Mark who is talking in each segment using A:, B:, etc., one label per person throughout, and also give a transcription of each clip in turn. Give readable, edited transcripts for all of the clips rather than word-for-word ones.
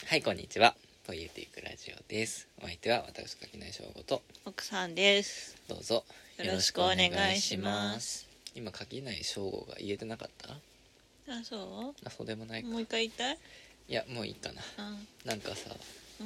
A: はい、こんにちは。ポイエティックラジオです。お相手は私垣内翔吾と
B: 奥さんです。
A: どうぞ
B: よろしくお願いします。
A: 今垣内翔吾が言えてなかった？
B: あ、そう？
A: そうでもないか。
B: もう一回言いたい？
A: いや、もういいかな。なんかさ、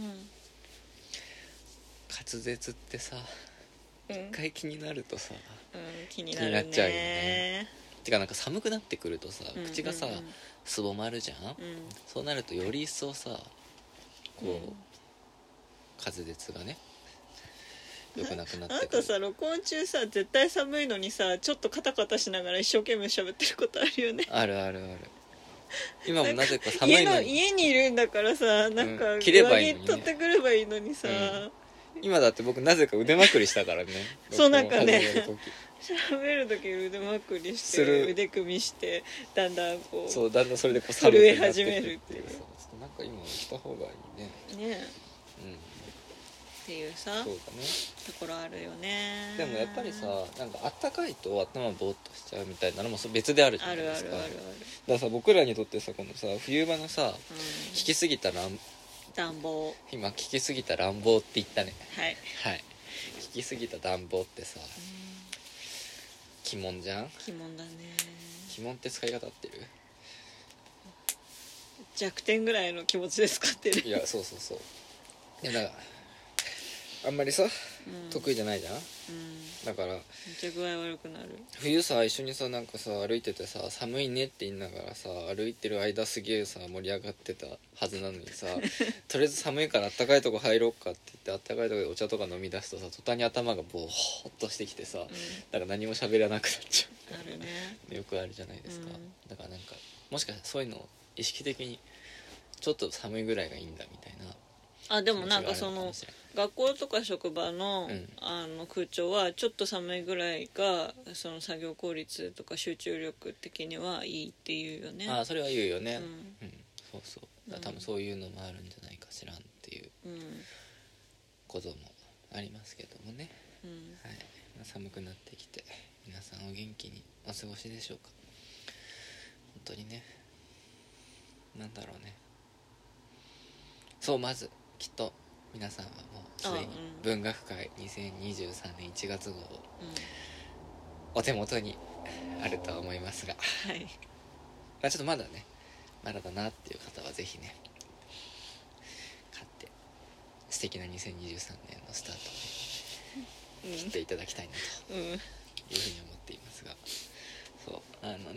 A: 滑舌ってさ、一回気になるとさ、
B: 気になるね。
A: 気になっちゃうよね。てかなんか寒くなってくるとさ、口がさ、すぼまるじゃん、そうなるとより一層さ、こう、滑舌がね良くなくなってくる。
B: あなたさ、録音中さ、絶対寒いのにさ、ちょっとカタカタしながら一生懸命喋ってることあるよね。
A: あるあるある。今もなぜか寒いのに
B: 家にいるんだからさ、なんか
A: 着ればいいのにね、
B: 上着取ってくればいいのにさ、
A: 今だって僕なぜか腕まくりしたからね
B: そう、なんかね喋る時腕まくりして腕組みしてだんだんこう、
A: そう、だんだんそれでこう
B: 震え始めるっていう。
A: なんか今した方がいいね。
B: ねえ、っていうさ、
A: そうだね、
B: ところあるよね。
A: でもやっぱりさ、なんかあったかいと頭ボーっとしちゃうみたいなのも別であるじゃないですか。
B: あるあるあるある。
A: だからさ、僕らにとってさ、このさ冬場のさ、引きすぎた
B: 暖房、
A: 今聞きすぎた乱暴って言ったね。
B: はい
A: はい、聞きすぎた暖房ってさ、鬼門じゃん。
B: 鬼門だね。
A: 鬼門って使い方合ってる？
B: 弱点ぐらいの気持ちで使ってる。
A: いや、そうそうそう。いや、だからあんまりさ、得意じゃないじゃん。だからめっ
B: ちゃ具合悪くなる。
A: 冬さ、一緒にさ、なんかさ歩いててさ、寒いねって言いながらさ、歩いてる間すげえさ盛り上がってたはずなのにさとりあえず寒いからあったかいとこ入ろうかって言ってあったかいとこでお茶とか飲み出すとさ、途端に頭がボーっとしてきてさ、だから何も喋らなくなっちゃう。
B: あるね。
A: よくあるじゃないですか。だからなんかもしかしたらそういうのを意識的にちょっと寒いぐらいがいいんだみたいな。
B: あ、でもなんかその学校とか職場の、空調はちょっと寒いぐらいがその作業効率とか集中力的にはいいっていうよね。
A: あ、それは言うよね。そうそう。だ多分そういうのもあるんじゃないかしらんっていうこともありますけどもね。はい、寒くなってきて皆さんお元気にお過ごしでしょうか。本当にね、なんだろうね。そう、まずきっと皆さんはもうすでに文学会2023年1月号をお手元にあるとは思いますが、
B: はい、
A: ちょっとまだね、まだだなっていう方はぜひね買って素敵な2023年のスタートをね、切っていただきたいなというふうに思っていますが、そう、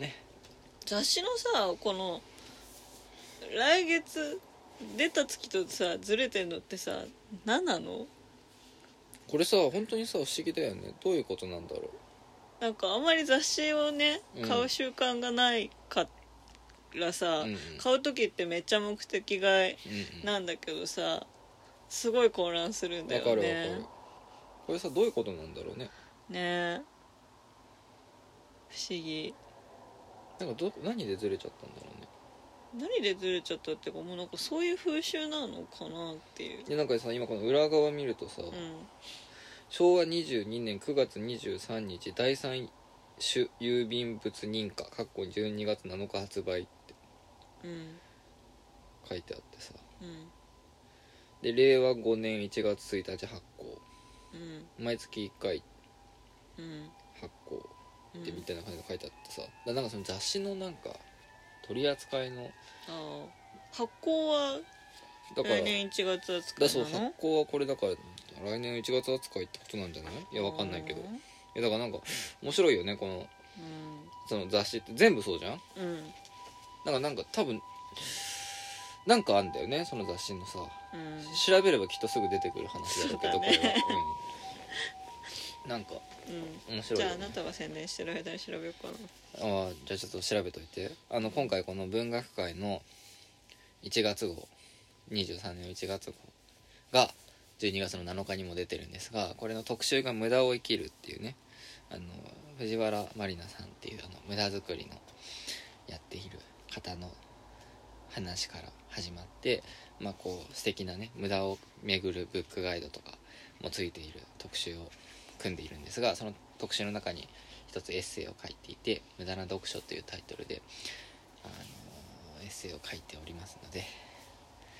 A: ね、
B: 雑誌のさ、この来月出た月とさずれてんのってさ、何なの？
A: これさ、本当にさ不思議だよね。どういうことなんだろ
B: う。なんかあんまり雑誌をね買う習慣がないからさ、買う時ってめっちゃ目的買いなんだけどさ、すごい混乱するんだよね。
A: わかるわかる。これさ、どういうことなんだろうね。
B: ね、不思議。
A: なんか何でずれちゃったんだろうね。
B: 何でずれちゃったっていうか、もうなんかそういう風習なのかなっていう。
A: で、なんかさ、今この裏側見るとさ、昭和22年9月23日第3種郵便物認可12月7日発売って書いてあってさ、で令和5年1月1日発行、毎月1回発行ってみたいな感じで書いてあってさ、なんかその雑誌のなんか取り扱いの
B: 発行は来年1月扱いなの？
A: そう、発行はこれだから来年1月扱いってことなんじゃない？いや、わかんないけど。だからなんか面白いよね、この、その雑誌って全部そうじゃん。なんか多分なんかあんだよね、その雑誌のさ、調べればきっとすぐ出てくる話だろうけど、これは、なんか面白いよね。
B: じゃああなたが宣伝してる間に調べようかな。
A: じゃあちょっと調べといて。今回この文学界の1月号、23年の1月号が12月の7日にも出てるんですが、これの特集が無駄を生きるっていうね、藤原まりなさんっていう無駄作りのやっている方の話から始まって、こう素敵なね、無駄を巡るブックガイドとかもついている特集を組んでいるんですが、その特集の中に一つエッセイを書いていて、無駄な読書というタイトルでエッセイを書いておりますので、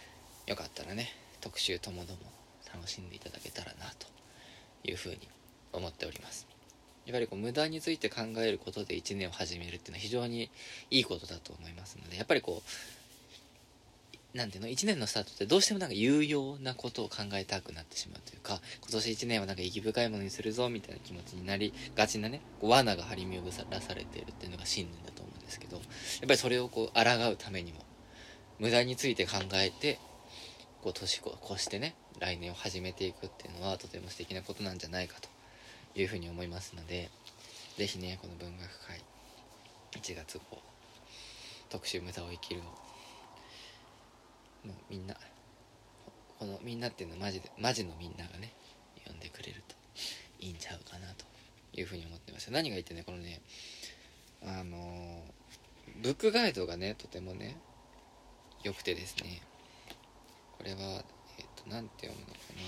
A: よかったらね特集ともども楽しんでいただけたらなというふうに思っております。やっぱりこう無駄について考えることで1年を始めるっていうのは非常にいいことだと思いますので、やっぱりこうなんていうの、1年のスタートってどうしてもなんか有用なことを考えたくなってしまうというか、今年1年はなんか意義深いものにするぞみたいな気持ちになりがちなね、こう罠が張り巡らされているっていうのが信念だと思うんですけど、やっぱりそれをこう抗うためにも無駄について考えてこう年を越してね来年を始めていくっていうのはとても素敵なことなんじゃないかというふうに思いますので、ぜひねこの文学会1月号特集無駄を生きるをもうみんなこのみんなっていうのはマジのみんながね読んでくれるといいんちゃうかなというふうに思ってました。何が言ってねこのねブックガイドがねとてもね良くてですね、これはなんて読むのかな、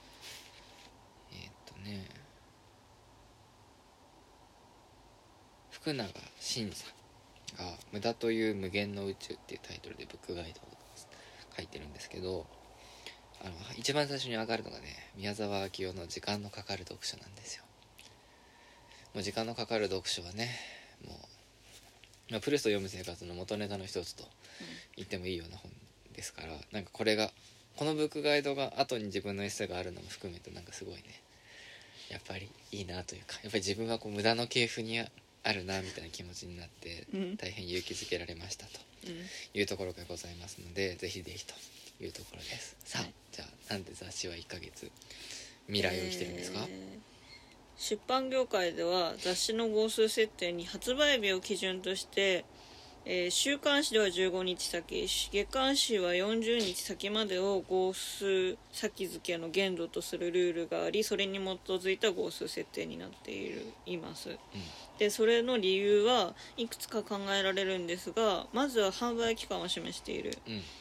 A: 福永伸さんが「無駄という無限の宇宙」っていうタイトルでブックガイドを書いてるんですけど、一番最初に上がるのがね宮沢明夫の時間のかかる読書なんですよ。もう時間のかかる読書はねもう、プルスト読む生活の元ネタの一つと言ってもいいような本ですから、なんかこのブックガイドが後に自分のエッセイがあるのも含めてなんかすごいねやっぱりいいなというか、やっぱり自分はこう無駄の系譜にあるなみたいな気持ちになって大変勇気づけられましたというところがございますので、ぜひぜひというところです。さあ、じゃあなんで雑誌は1ヶ月未来を生きてるんですか？
B: 出版業界では雑誌の号数設定に発売日を基準として、週刊誌では15日先、月刊誌は40日先までを号数先付けの限度とするルールがあり、それに基づいた号数設定になっています、でそれの理由はいくつか考えられるんですが、まずは販売期間を示している、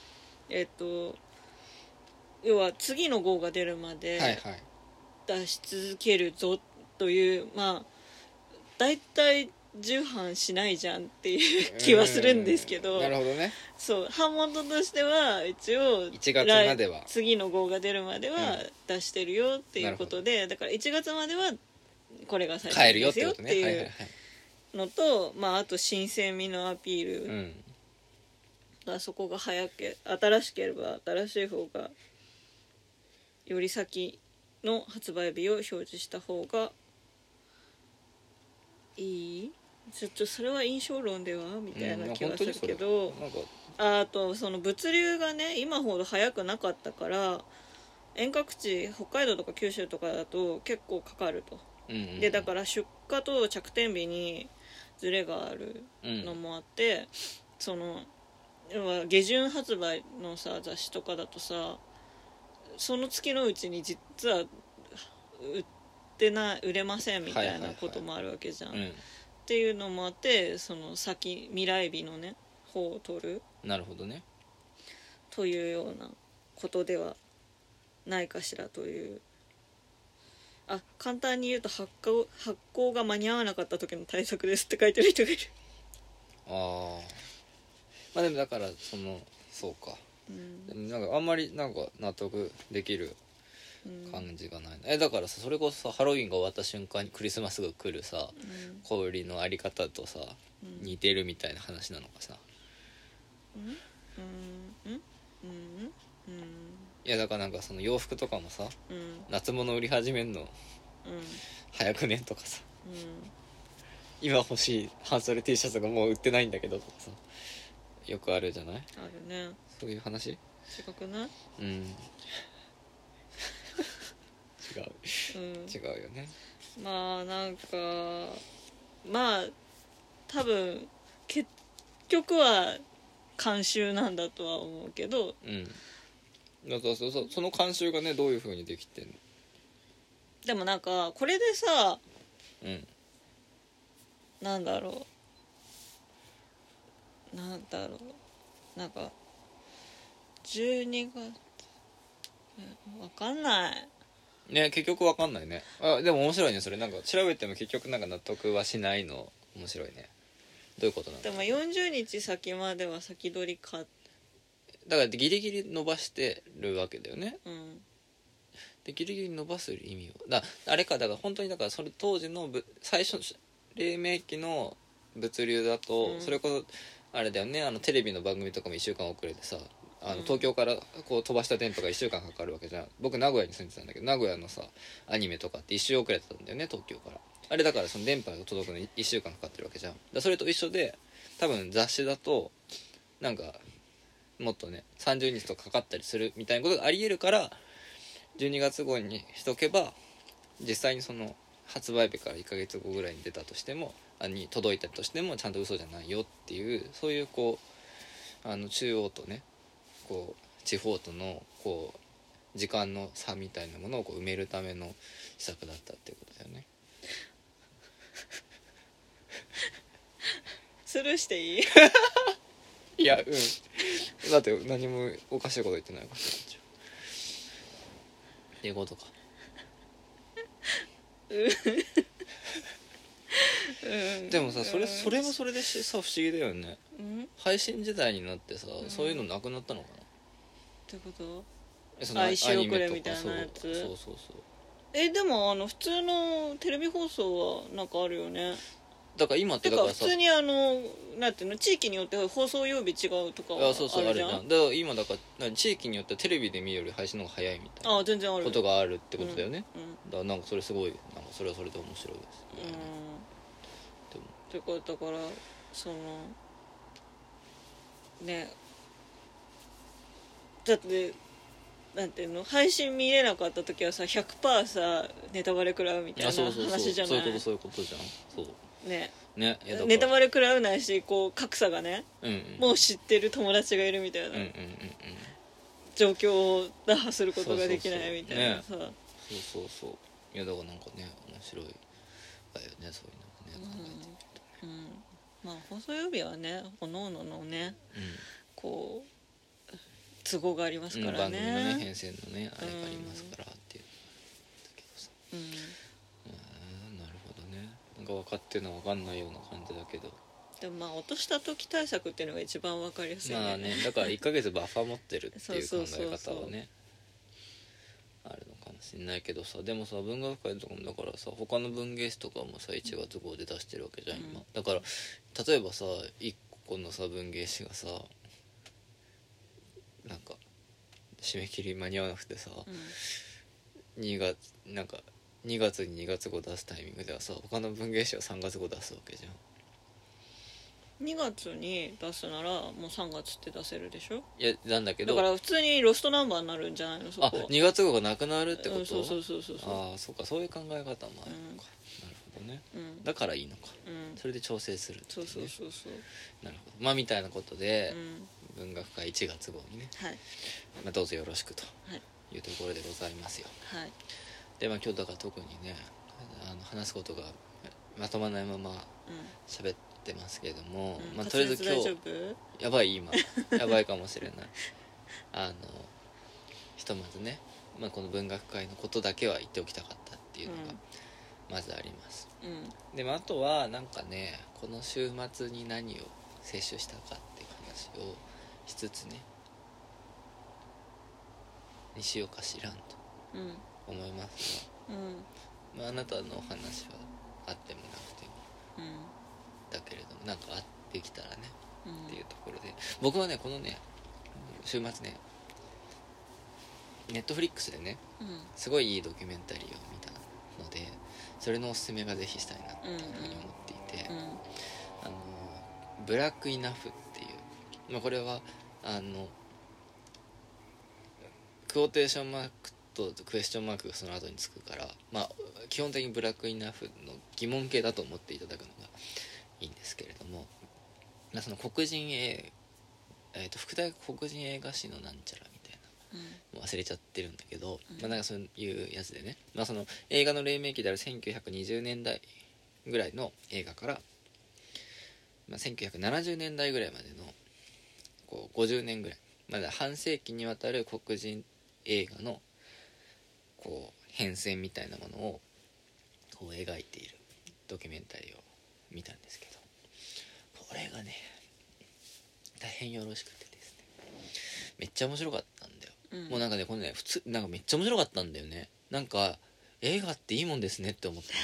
B: 要は次の号が出るまで出し続けるぞという、まあだいたい重版しないじゃんっていう気はするんですけど、
A: なるほどね。
B: そう版元としては一応
A: 1月までは
B: 次の号が出るまでは出してるよっていうことで、だから1月まではこれが最初ですよっていうのと、まああと新鮮味のアピール、だそこが新しければ新しい方がより先の発売日を表示した方がいい。ちょっとそれは印象論ではみたいな気はするけど、あとその物流がね今ほど早くなかったから遠隔地北海道とか九州とかだと結構かかると、でだから出荷と着店日にズレがあるのもあって、その要は下旬発売のさ雑誌とかだとさその月のうちに実は売れませんみたいなこともあるわけじゃん、っていうのもあって、その未来日のね方を取る、
A: なるほどね、
B: というようなことではないかしらという。簡単に言うと発行が間に合わなかった時の対策ですって書いてる人がいる。
A: まあでもだからそうか、でもなんかあんまりなんか納得できる感じがないな、だからさそれこそさハロウィンが終わった瞬間にクリスマスが来るさ、小売りのあり方とさ、似てるみたいな話なのかさ、いやだからなんかその洋服とかもさ、夏物売り始めんの、早くねとかさ、今欲しい半袖 T シャツがもう売ってないんだけどとかさよくあるじゃない？あ
B: るね。そう
A: いう話？
B: 違くない？
A: 違うよね。
B: まあなんかまあ多分結局は慣習なんだとは思うけど、
A: その慣習がねどういう風にできてんの？
B: でもなんかこれでさ、なんだろうなんか12月わかんない
A: ね、結局わかんないね。でも面白いねそれ。なんか調べても結局なんか納得はしないの面白いね。どういうことなの？
B: でも40日先までは先取りか
A: だからギリギリ伸ばしてるわけだよね。
B: うん
A: でギリギリ伸ばす意味をあれか、だから本当にだからそれ当時の最初黎明期の物流だと、それこそあれだよね、テレビの番組とかも1週間遅れてさ、東京からこう飛ばした電波が1週間かかるわけじゃん。僕名古屋に住んでたんだけど、名古屋のさアニメとかって1週遅れてたんだよね、東京から。あれだからその電波が届くのに1週間かかってるわけじゃん。それと一緒で、多分雑誌だとなんかもっとね30日とかかかったりするみたいなことがありえるから、12月号にしとけば実際にその発売日から1ヶ月後ぐらいに出たとしてもに届いたとしてもちゃんと嘘じゃないよっていう、そういうこう中央とねこう地方とのこう時間の差みたいなものをこう埋めるための施策だったっていうことだよね。
B: スルーしていい？
A: いやだって何もおかしいこと言ってないからっていうことか。でもさ、それもそれでさ不思議だよね。配信時代になってさ、そういうのなくなったのかな
B: ってこと？
A: その
B: 一周遅れみたいなやつ。
A: そう
B: でも普通のテレビ放送はなんかあるよね。
A: だから今ってだからさ、
B: 普通になんていうの、地域によって放送曜日違うとかはあるじゃん。
A: あるじゃん。だから今だから地域によってはテレビで見るより配信の方が早いみたいな
B: 全然ある
A: ことがあるってことだよね。
B: うん
A: だからなんかそれすごい、なんかそれはそれで面白いですね。でも
B: ってことだからそのね、だってなんていうの、配信見れなかった時はさ 100% さネタバレ食らうみたいな話じゃない。
A: そういうことじゃん。そう
B: ね、
A: ネ
B: タバレ食らうないし、こう格差がね、もう知ってる友達がいるみたいな状況を打破することができないみたいなさ。
A: そういやだからなんかね面白いだよね、そういうのね考えてみるとね。
B: まあ放送曜日はね各々のね、こう都合がありますからね、
A: 番組のね編成のねあれがありますからっていうだけどさ、なるほどね。なんか分かってるのは分かんないような感じだけど、
B: でもまあ落とした時対策っていうのが一番分かりやすいね。
A: まあね、だから1ヶ月バッファー持ってるっていう考え方はねあるのかもしれないけどさ、でもさ文学界とかもだからさ他の文芸誌とかもさ1月号で出してるわけじゃん今、だから例えばさ1個のさ文芸誌がさなんか締め切り間に合わなくてさ、2月に2月号出すタイミングではさ他の文芸誌は3月号出すわけじゃん。
B: 2月に出すならもう3月って出せるでしょ。
A: いやなんだけど
B: だから普通にロストナンバーになるんじゃないの、そこ。
A: 2月号がなくなるってこと？
B: そう
A: ああそうか、そういう考え方もあるのか、なるほどね、だからいいのか、それで調整するっていうね。
B: そう
A: なるほど、まあみたいなことで、文学界1月号にね、まあ、どうぞよろしくというところでございますよ。でまあ今日だから特にね話すことがまとまらないまま喋ってますけれども、まあとりあえず今日やばいやばいかもしれないひとまずね、まあ、この文学界のことだけは言っておきたかったっていうのがまずあります、でもあとはなんかねこの週末に何を摂取したかっていう話をしつつねにしようかしらんと思いますが、まあ、あなたのお話はあってもなくても、だけれどもなんかあってきたらね、っていうところで僕はねこのね週末ねネットフリックスでね、すごいいいドキュメンタリーを見たのでそれのおすすめがぜひしたいなっていうふうに思っていて、ブラックイナフっていう、まあ、これはクォーテーションマークとクエスチョンマークがその後につくから、まあ基本的にブラックイナフの疑問形だと思っていただくのがいいんですけれども、まあ、その黒人副大黒人映画史のなんちゃらみたいな、もう忘れちゃってるんだけど、まあ、なんかそういうやつでね、まあ、その映画の黎明期である1920年代ぐらいの映画から、まあ、1970年代ぐらいまでのこう50年ぐらいまだ半世紀にわたる黒人映画のこう変遷みたいなものをこう描いているドキュメンタリーを見たんですけど、これがね大変よろしくてですね、 めっちゃ面白かったんだよ、
B: うん、
A: もうなんかねこのね普通なんかめっちゃ面白かったんだよね。なんか映画っていいもんですねって思った、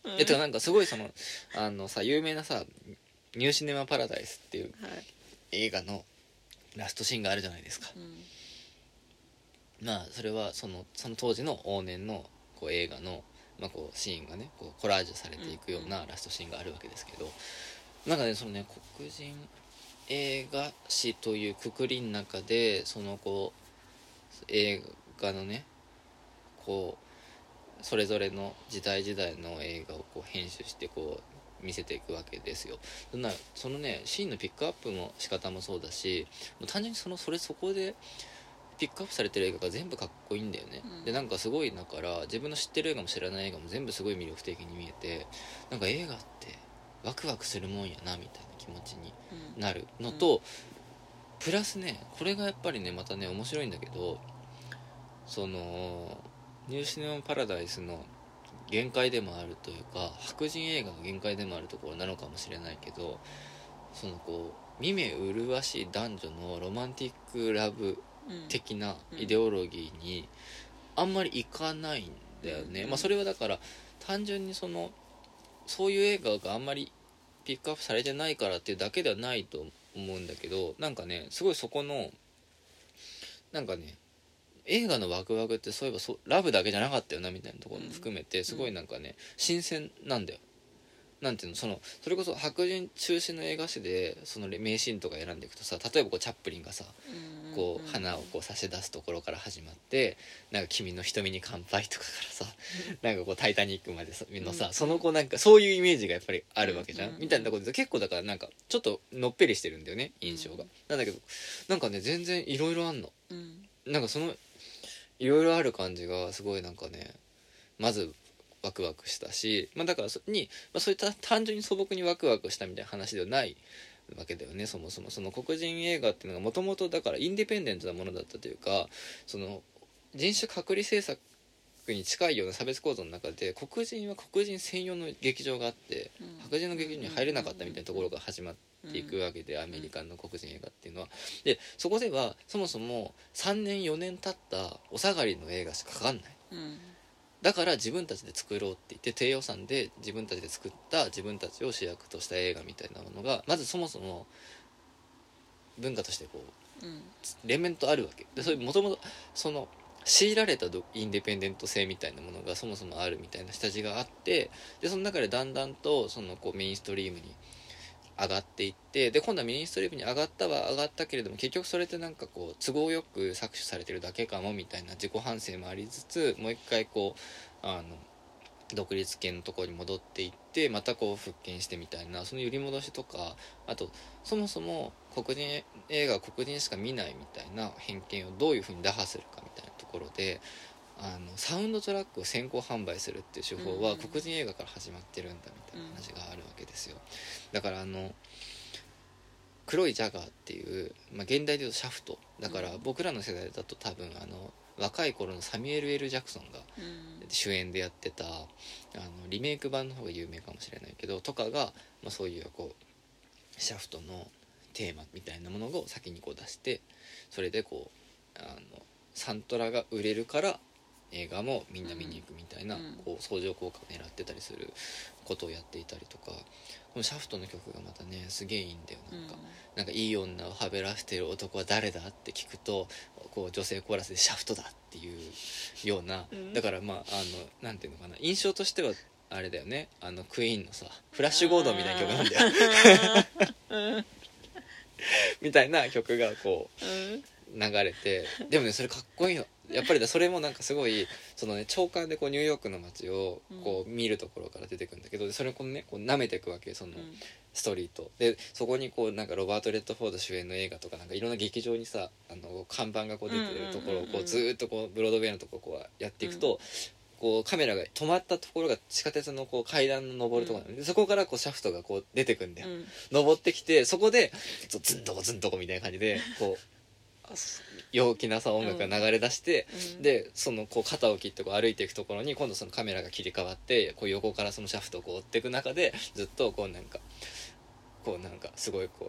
A: てかなんかすごいそのさ有名なさニューシネマパラダイスっていう映画のラストシーンがあるじゃないですか、まあそれはその当時の往年のこう映画の、まあ、こうシーンがねこうコラージュされていくようなラストシーンがあるわけですけど、なんかねそのね黒人映画史というくくりの中でそのこう映画のねこうそれぞれの時代時代の映画をこう編集してこう見せていくわけですよ。そのねシーンのピックアップの仕方もそうだし、もう単純にそこでピックアップされてる映画が全部かっこいいんだよね、でなんかすごいだから自分の知ってる映画も知らない映画も全部すごい魅力的に見えて、なんか映画ってワクワクするもんやなみたいな気持ちになるのと、プラスねこれがやっぱりねまたね面白いんだけど、そのニューシネマパラダイスの限界でもあるというか白人映画の限界でもあるところなのかもしれないけど、そのこう見目麗しい男女のロマンティックラブ的なイデオロギーにあんまりいかないんだよね、まあ、それはだから単純にそういう映画があんまりピックアップされてないからっていうだけではないと思うんだけど、なんかねすごいそこのなんかね映画のワクワクってそういえばラブだけじゃなかったよなみたいなところも含めてすごいなんかね新鮮なんだよ。なんていうのそれこそ白人中心の映画史でその名シーンとか選んでいくとさ、例えばこうチャップリンがさこう花をこう差し出すところから始まって、なんか君の瞳に乾杯とかからさなんかこうタイタニックまでのさ、その子なんかそういうイメージがやっぱりあるわけじゃん、みたいなことで結構だからなんかちょっとのっぺりしてるんだよね印象が、なんだけどなんかね全然いろいろあんの、なんかそのいろいろある感じがすごいなんかねまずワクワクしたし、まあ、だからそういった単純に素朴にワクワクしたみたいな話ではないわけだよね。そもそもその黒人映画っていうのがもともとだからインディペンデントなものだったというか、その人種隔離政策に近いような差別構造の中で黒人は黒人専用の劇場があって、白人の劇場に入れなかったみたいなところが始まっていくわけで、アメリカの黒人映画っていうのは。でそこではそもそも3年4年経ったお下がりの映画しかかかんない、だから自分たちで作ろうって言って低予算で自分たちで作った自分たちを主役とした映画みたいなものがまずそもそも文化としてこう連綿とあるわけで、それもともとその強いられたインディペンデント性みたいなものがそもそもあるみたいな下地があって、でその中でだんだんとこうメインストリームに上がっていって、で今度はメインストリームに上がったけれども結局それってなんかこう都合よく搾取されてるだけかもみたいな自己反省もありつつ、もう一回こう独立系のところに戻っていってまたこう復権してみたいな、その揺り戻しとか、あとそもそも黒人映画は黒人しか見ないみたいな偏見をどういうふうに打破するかみたいなところでサウンドトラックを先行販売するっていう手法は黒人映画から始まってるんだみたいな話があるわけですよ。だから黒いジャガーっていう、まあ、現代でいうとシャフトだから、僕らの世代だと多分若い頃のサミュエル・ L ・ジャクソンが主演でやってたリメイク版の方が有名かもしれないけどとかが、まあ、そういうこうシャフトのテーマみたいなものを先にこう出して、それでこうサントラが売れるから映画もみんな見に行くみたいな、こう相乗効果を狙ってたりすることをやっていたりとか、このシャフトの曲がまたねすげえいいんだよ。なんかいい女をはべらしてる男は誰だって聞くとこう女性コーラスでシャフトだっていうような、だからまあなんていうのかな、印象としてはあれだよね、クイーンのさフラッシュゴードンみたいな曲なんだよみたいな曲がこう流れて、でもねそれかっこいいのやっぱりそれもなんかすごい長官でこうニューヨークの街をこう見るところから出てくるんだけど、それをこうねこう舐めていくわけ、ストリートで、そこにこうなんかロバート・レッドフォード主演の映画とかなんかいろんな劇場にさ看板がこう出てるところをこうずっとこうブロードウェイのところこうやっていくと、こうカメラが止まったところが地下鉄のこう階段の上るところなので、そこからこうシャフトがこう出てくんだよ、上ってきてそこでズンとこズンとこみたいな感じでこう陽気なさ音楽が流れ出して、でこう肩を切ってこう歩いていくところに今度そのカメラが切り替わってこう横からそのシャフトをこう追っていく中でずっとこうなんかすごいこう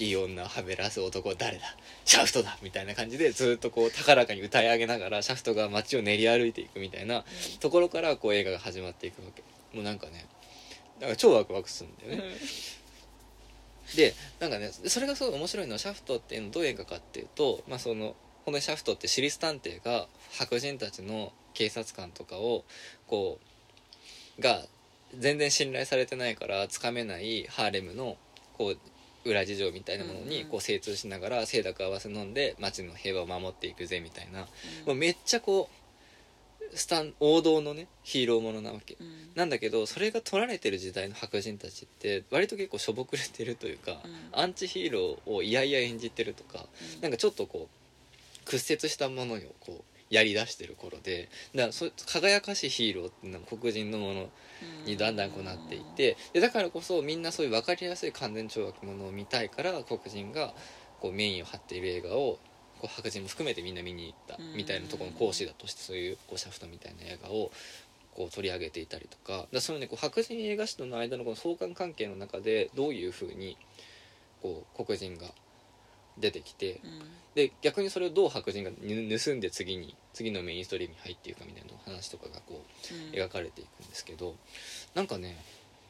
A: いい女をはべらす男は誰だ、シャフトだみたいな感じでずっとこう高らかに歌い上げながらシャフトが街を練り歩いていくみたいなところからこう映画が始まっていくわけ。もうなんかね、だから超ワクワクするんだよね、でなんかねそれがすごい面白いのはシャフトっていうのはどういう映画かっていうと、まあそのこのシャフトって私立探偵が白人たちの警察官とかをこうが全然信頼されてないからつかめないハーレムのこう裏事情みたいなものにこう精通しながら清濁合わせ飲んで街の平和を守っていくぜみたいな、もうめっちゃこう王道のねヒーローものなわけ、なんだけどそれが取られてる時代の白人たちって割と結構しょぼくれてるというか、アンチヒーローをいやいや演じてるとか、なんかちょっとこう屈折したものをこうやりだしてる頃で、だから輝かしいヒーローっていうのは黒人のものにだんだんこうなっていって、でだからこそみんなそういう分かりやすい完全懲悪ものを見たいから黒人がこうメインを張っている映画をこう白人も含めてみんな見に行ったみたいなところの講師だとして、そういうこうシャフトみたいな映画をこう取り上げていたりとか、そのねこう白人映画史との間のこの相関関係の中でどういうふうにこう黒人が出てきて、で逆にそれをどう白人が盗んで次のメインストリームに入っていくかみたいな話とかがこう描かれていくんですけど、なんかね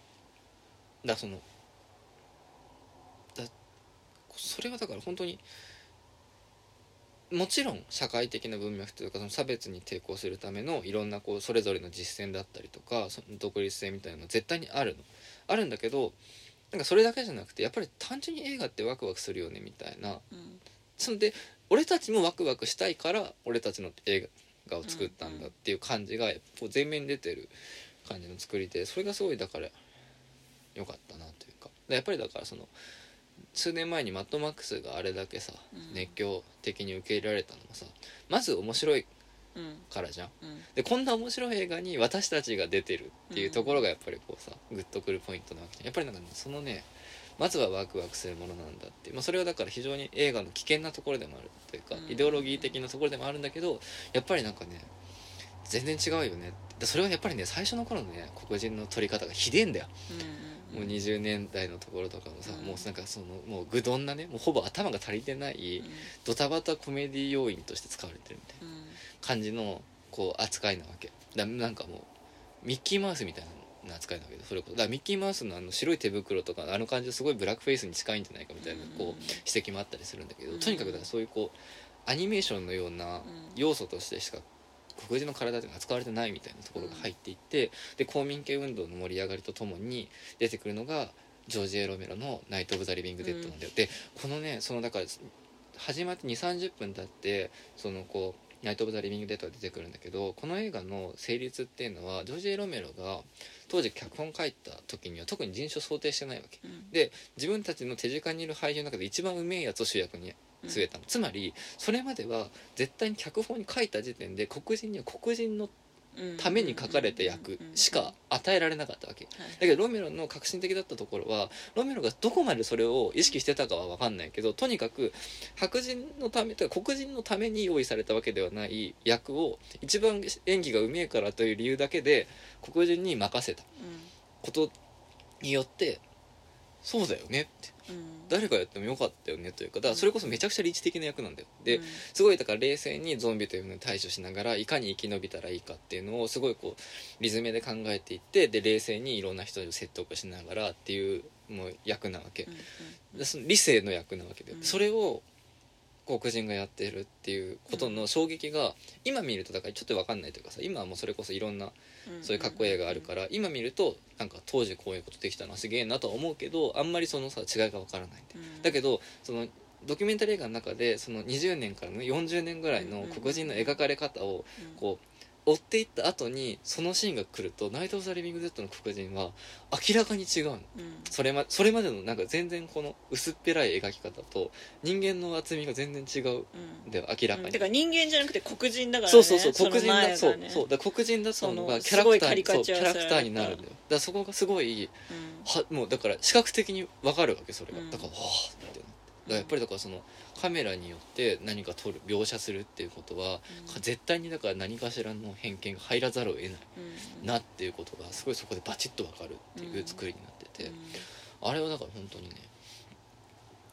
A: それはだから本当にもちろん社会的な文脈というかその差別に抵抗するためのいろんなこうそれぞれの実践だったりとかその独立性みたいなの絶対にあるんだけど、なんかそれだけじゃなくてやっぱり単純に映画ってワクワクするよねみたいな、そんで俺たちもワクワクしたいから俺たちの映画を作ったんだっていう感じがこう前面に出てる感じの作りで、それがすごいだから良かったなというか、やっぱりだからその数年前にマッドマックスがあれだけさ熱狂的に受け入れられたのもさ、まず面白いからじゃん、でこんな面白い映画に私たちが出てるっていうところがやっぱりこうさグッとくるポイントなわけで、やっぱりなんか、ね、そのねまずはワクワクするものなんだって、それはだから非常に映画の危険なところでもあるというか、イデオロギー的なところでもあるんだけど、やっぱりなんかね全然違うよねって、それはやっぱりね最初の頃のね黒人の撮り方がひでえんだよ、もう20年代のところとかもさ、もうなんかそのもう愚鈍なねもうほぼ頭が足りてないドタバタコメディ要員として使われてるみたいな感じのこう扱いなわけなんかもうミッキーマウスみたいな扱いなわけで、それこそだからミッキーマウスのあの白い手袋とかあの感じですごいブラックフェイスに近いんじゃないかみたいなこう指摘もあったりするんだけど、とにかくだからそういうこうアニメーションのような要素としてしか黒人の体っていうのが扱われてないみたいなところが入っていって、で公民権運動の盛り上がりとともに出てくるのがジョージ・エロメロの「ナイト・オブ・ザ・リビング・デッド」なんだよ、でこのねそのだから始まって 2,30 分経ってそのこうナイト・オブ・ザ・リビング・デッドが出てくるんだけど、この映画の成立っていうのはジョージ・エロメロが当時脚本書いた時には特に人種を想定してないわけ、で自分たちの手近にいる俳優の中で一番うめえやつを主役に据えたの、つまりそれまでは絶対に脚本に書いた時点で黒人には黒人のために書かれた役しか与えられなかったわけ、だけどロメロの革新的だったところはロメロがどこまでそれを意識してたかは分かんないけど、とにかく白人のためとか黒人のために用意されたわけではない役を一番演技がうめえからという理由だけで黒人に任せたことによってそうだよねって、誰がやってもよかったよねというか、だからそれこそめちゃくちゃ理知的な役なんだよ。ですごいだから冷静にゾンビというものに対処しながらいかに生き延びたらいいかっていうのをすごいこうリズムで考えていって、で冷静にいろんな人を説得しながらっていうもう役なわけ、でその理性の役なわけで、それを黒人がやってるっていうことの衝撃が今見るとだからちょっと分かんないというかさ、今はもうそれこそいろんなそういうかっこいい映画があるから今見るとなんか当時こういうことできたのはすげえなとは思うけど、あんまりそのさ違いが分からないんだけど、そのドキュメンタリー映画の中でその20年からの40年ぐらいの黒人の描かれ方をこう追っていった後にそのシーンが来るとナイト・オブ・ザ・リビング・デッドの黒人は明らかに違うの、それまでのなんか全然この薄っぺらい描き方と人間の厚みが全然違う、で明らかに、
B: てか人間じゃなくて黒人だからね、
A: そう黒人だ、そうだ黒人だったのがキャラクターになるんだよ、だからそこがすごい、もうだから視覚的に分かるわけそれが、だからわーってだからやっぱりだからそのカメラによって何か撮る描写するっていうことは、絶対にだから何かしらの偏見が入らざるを得ない、なっていうことがすごいそこでバチッと分かるっていう作りになってて、あれはだから本当にね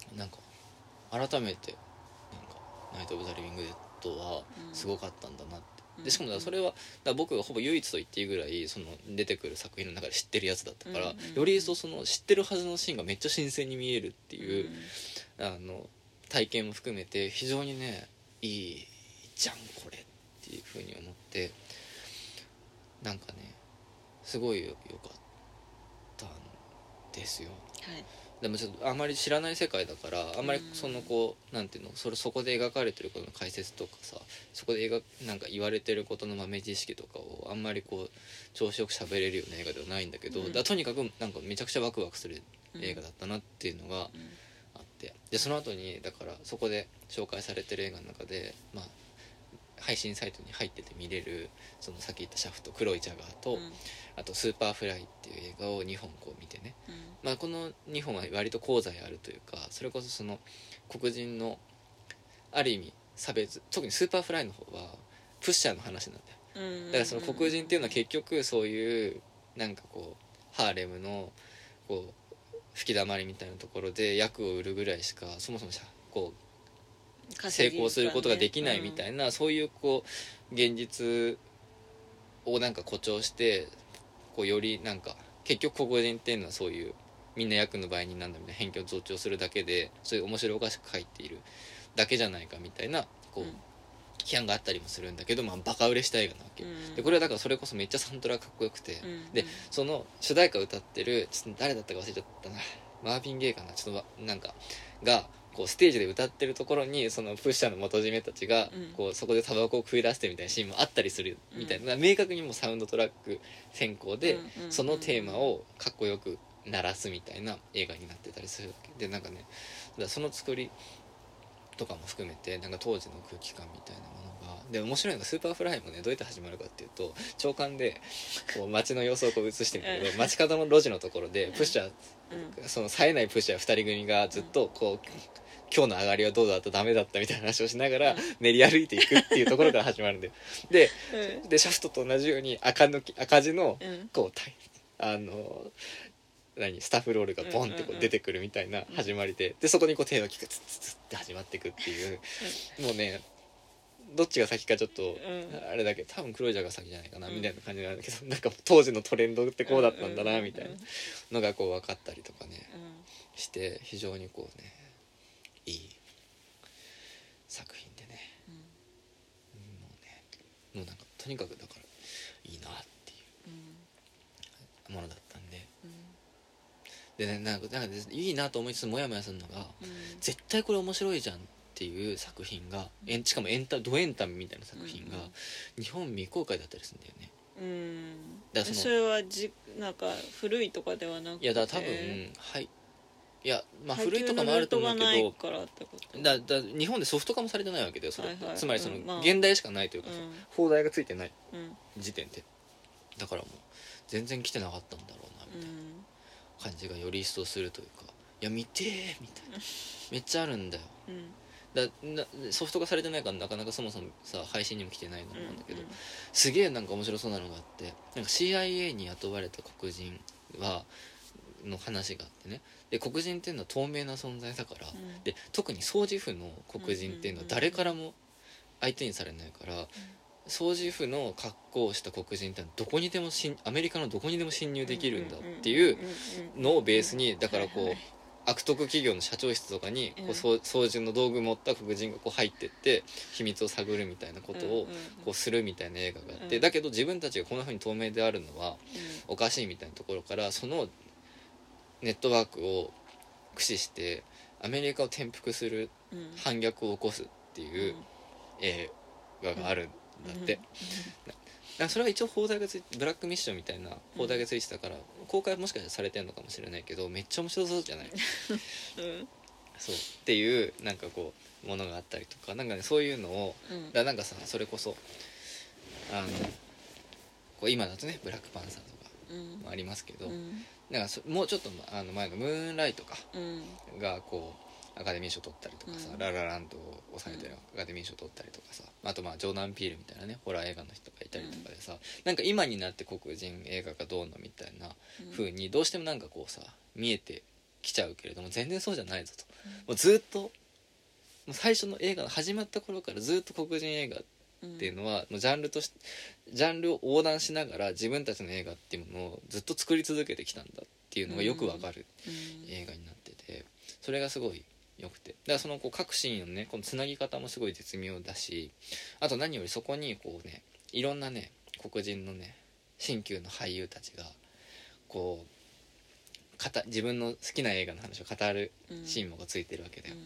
A: なんか改めてなんかナイト・オブ・ザ・リビング・デッドはすごかったんだなって、でしかもそれはだから僕がほぼ唯一と言っていいぐらいその出てくる作品の中で知ってるやつだったから、より一層その知ってるはずのシーンがめっちゃ新鮮に見えるっていう、体験も含めて非常にねいいじゃんこれっていう風に思って、なんかねすごい良かったんですよ。
B: はい、
A: でもちょっとあまり知らない世界だからあんまりそのこうなんていうのそこで描かれてることの解説とかさ、そこでなんか言われてることの豆知識とかをあんまりこう調子よく喋れるような映画ではないんだけど、だとにかくなんかめちゃくちゃワクワクする映画だったなっていうのがあって、でその後にだからそこで紹介されてる映画の中でまあ配信サイトに入ってて見れるそのさっき言ったシャフト黒いジャガーと、あとスーパーフライっていう映画を2本こう見てね、まあ、この2本は割と功罪あるというか、それこそその黒人のある意味差別、特にスーパーフライの方はプッシャーの話なんだよ。だからその黒人っていうのは結局そういうなんかこうハーレムのこう吹き溜まりみたいなところで役を売るぐらいしかそもそもこう成功することができないみたいな、そういうこう現実をなんか誇張してこうよりなんか結局黒人っていうのはそういうみんな役の売人なんだみたいな偏見を増長するだけでそういう面白おかしく書いているだけじゃないかみたいなこう批判があったりもするんだけど、まあバカ売れした映画なわけ、でこれはだからそれこそめっちゃサントラかっこよくて、でその主題歌を歌ってるちょっと誰だったか忘れちゃったな、マーヴィン・ゲイかな、ちょっとなんかがこうステージで歌ってるところにそのプッシャーの元締めたちがこうそこでタバコを食い出してみたいなシーンもあったりするみたいな、明確にもうサウンドトラック先行でそのテーマをかっこよく鳴らすみたいな映画になってたりするわけで、なんかねその作りとかも含めてなんか当時の空気感みたいなものがで面白いのがスーパーフライもねどうやって始まるかっていうと長官でこう街の様子をこう映してみるけど街角の路地のところでプッシャーその冴えないプッシャー2人組がずっとこう今日の上がりはどうだったダメだったみたいな話をしながら練り歩いていくっていうところから始まるんだよ。でシャフトと同じように赤字のこうスタッフロールがボンってこう出てくるみたいな始まりで、でそこにこう手のキがツッツッツッって始まっていくっていう、もうねどっちが先かちょっとあれだけど多分黒いジャガ先じゃないかなみたいな感じなんだけど、なんか当時のトレンドってこうだったんだなみたいなのがこう分かったりとかねして非常にこうねいい作品でね、もうなんかとにかくだからいいなっていうものだったんで、でねなんかいいなと思いつつモヤモヤするのが、絶対これ面白いじゃんっていう作品がしかもドエンタメみたいな作品が日本未公開だったりするんだよね。
B: だからそれはなんか古いとかではなくて、
A: いやだから多分はいいやまあ古いとかもあると思うけど、だ日本でソフト化もされてないわけだよそれ、つまりその現代しかないというかさ、放題がついてない時点でだからもう全然来てなかったんだろうなみたいな感じがより一層するというか、いや見てーみたいなめっちゃあるんだよ、ソフト化されてないからなかなかそもそもさ配信にも来てないと思うんだけど、すげえなんか面白そうなのがあって、なんか CIA に雇われた黒人の話があってね、で黒人っていうのは透明な存在だから、で特に掃除婦の黒人っていうのは誰からも相手にされないから、掃除婦の格好をした黒人ってどこにでもアメリカのどこにでも侵入できるんだっていうのをベースに、だからこう悪徳企業の社長室とかにこう掃除の道具持った黒人がこう入ってって秘密を探るみたいなことをこうするみたいな映画があって、だけど自分たちがこんな風に透明であるのはおかしいみたいなところから、そのネットワークを駆使してアメリカを転覆する反逆を起こすっていう映画があるんだって。それは一応放題がブラックミッションみたいな放題がついてたから、公開もしかしたらされてるのかもしれないけどめっちゃ面白そうじゃない、そうっていうなんかこうものがあったりとか、なんかねそういうのを、なんかさそれこそこう今だとねブラックパンサーとかもありますけど、なんかもうちょっと前のムーンライトかがこうアカデミー賞取ったりとかさ、ララランドを抑えてるアカデミー賞取ったりとかさ、あとジョーダン・ピールみたいなねホラー映画の人がいたりとかでさ、なんか今になって黒人映画がどうのみたいな風にどうしてもなんかこうさ見えてき来ちゃうけれども、全然そうじゃないぞと、もうずっともう最初の映画が始まった頃からずっと黒人映画っていうのは、もうジャンルを横断しながら自分たちの映画っていうものをずっと作り続けてきたんだっていうのがよくわかる映画になってて、それがすごい良くて、だからそのこう各シーンのねこのつなぎ方もすごい絶妙だし、あと何よりそこにこうねいろんなね黒人のね新旧の俳優たちがこう自分の好きな映画の話を語るシーンもついてるわけだよ、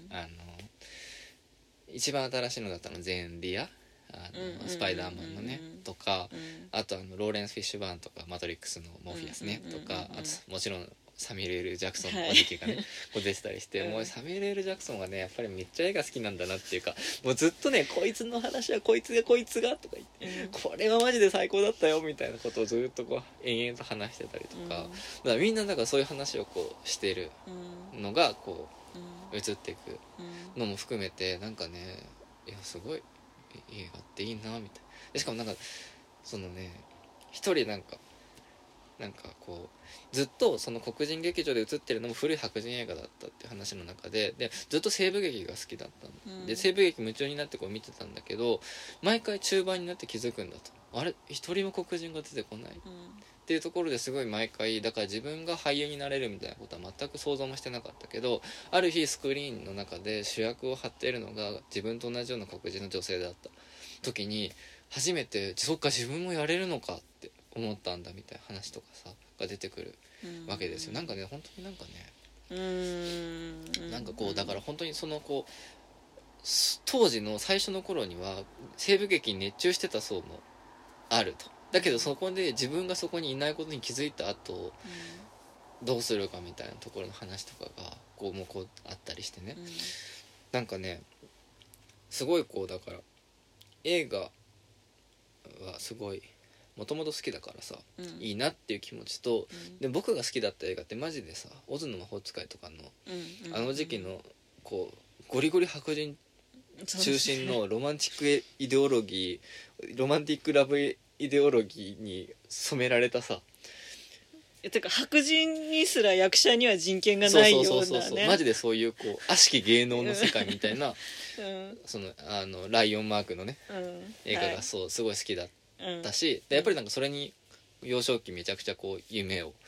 A: 一番新しいのだったのゼーン・ディアスパイダーマンのねとか、あとローレンス・フィッシュバーンとかマトリックスのモーフィアスねとか、あともちろんサミュエル・Lジャクソンのおじきがね、こう出てたりして、もうサミュエル・Lジャクソンはねやっぱりめっちゃ映画好きなんだなっていうか、もうずっとねこいつの話はこいつがとか言って、これはマジで最高だったよみたいなことをずっとこう延々と話してたりとか、だからみんなだからそういう話をこうしてるのがこう映っていくのも含めて、なんかねいやすごい映画っていいなみたいな。でしかもなんかそのね一人なんかこうずっとその黒人劇場で映ってるのも古い白人映画だったっていう話の中で、ずっと西部劇が好きだったの、で西部劇夢中になってこう見てたんだけど、毎回中盤になって気づくんだと、あれ一人も黒人が出てこない、っていうところですごい毎回だから自分が俳優になれるみたいなことは全く想像もしてなかったけど、ある日スクリーンの中で主役を張っているのが自分と同じような黒人の女性だった時に初めてそっか自分もやれるのかって思ったんだみたいな話とかさが出てくるわけですよ。なんかね本当になんかねなんかこうだから本当にそのこう当時の最初の頃には西部劇に熱中してた層もあると、だけどそこで自分がそこにいないことに気づいた後、どうするかみたいなところの話とかがこうもうこうあったりしてね、なんかねすごいこうだから映画はすごいもともと好きだからさ、いいなっていう気持ちと、で僕が好きだった映画ってマジでさオズの魔法使いとかの、あの時期のこうゴリゴリ白人中心のロマンティックイデオロギーロマンティックラブイデオロギーに染められたさ、
B: てか白人にすら役者には人権がないようなね、
A: マジでそういうこう悪しき芸能の世界みたいな、そのライオンマークのね、映画がそうすごい好きだったし、でやっぱりなんかそれに幼少期めちゃくちゃこう夢を、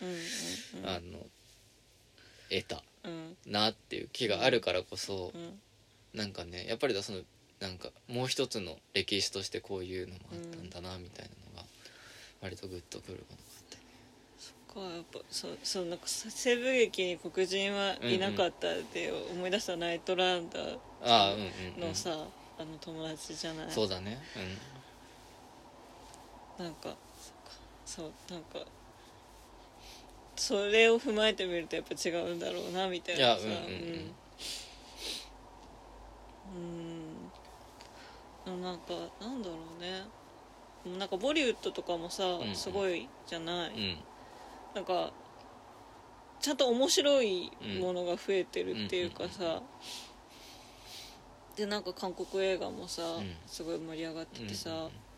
A: 得た、なっていう気があるからこそ、なんかねやっぱりそのなんかもう一つの歴史としてこういうのもあったんだなみたいなのが割とグッとくるものがあったね。
B: そっか、やっぱそうなんか西部劇に黒人はいなかったで思い出したナイトランダーのさ、友達じゃない。
A: そうだね、
B: なんかそうなんかそれを踏まえてみるとやっぱ違うんだろうなみたいなさ、なんかなんだろうね、なんかボリウッドとかもさ、すごいじゃない、なんかちゃんと面白いものが増えてるっていうかさ、でなんか韓国映画もさ、すごい盛り上がっててさ、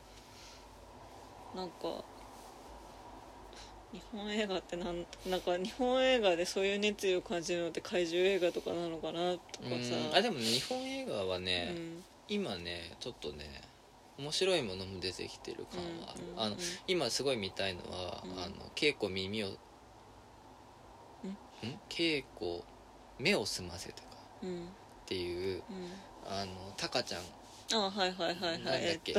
B: なんか日本映画ってなんか日本映画でそういう熱意を感じるのって怪獣映画とかなのかなとかさ、
A: でも、ね、日本映画はね、今ねちょっとね面白いものも出てきてる感はある、今すごい見たいのは、稽古耳を稽古目を澄ませてかっていう、タカちゃん、
B: はいはいはいはい、
A: なんだっけ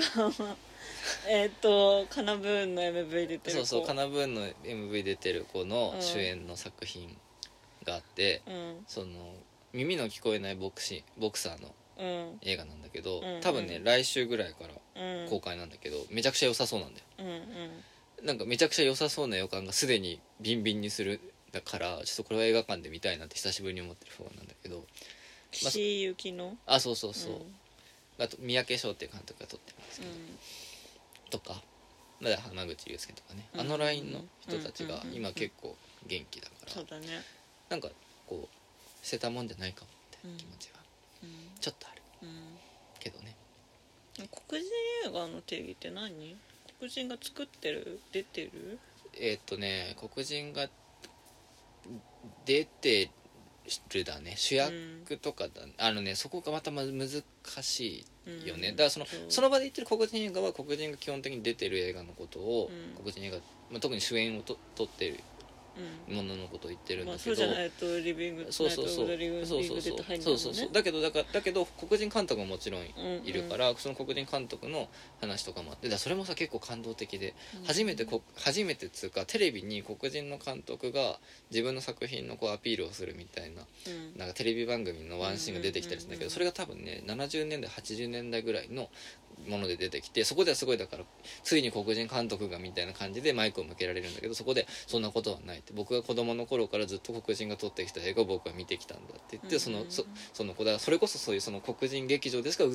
B: カナブーンの MV 出てる子、
A: そうカナブーンの MV 出てる子の主演の作品があって、その耳の聞こえないボクサーの映画なんだけど、多分ね来週ぐらいから公開なんだけど、めちゃくちゃ良さそうなんだよ、なんかめちゃくちゃ良さそうな予感がすでにビンビンにするだから、ちょっとこれは映画館で見たいなって久しぶりに思ってる方なんだけど、
B: 岸井ゆきの
A: そう、あと三宅翔っていう監督が撮ってるんですけど、とかまだ浜口竜介とかね、あのラインの人たちが今結構元気だから、
B: そうだね、
A: なんかこう捨てたもんじゃないかもって気持ちはちょっとある、けどね。
B: 黒人映画の定義って何？黒人が作ってる？出てる？
A: 黒人が出てルだね、主役とかだ、そこがまた難しいよね、だからその場で言ってる黒人映画は黒人が基本的に出てる映画のことを、黒人映画、特に主演を撮ってるもののことを言ってるんだけど、
B: そうじゃないとリビング
A: そうそうそうだけど黒人監督ももちろんいるから、その黒人監督の話とかもあって、それもさ結構感動的で、初めてつうかテレビに黒人の監督が自分の作品のこうアピールをするみたいな、なんかテレビ番組のワンシーンが出てきたりするんだけど、それが多分ね70年代80年代ぐらいのもので出てきて、そこではすごいだからついに黒人監督がみたいな感じでマイクを向けられるんだけど、そこでそんなことはないって、僕が子供の頃からずっと黒人が撮ってきた映画を僕は見てきたんだって言って、その子だ、それこそそういうその黒人劇場でしか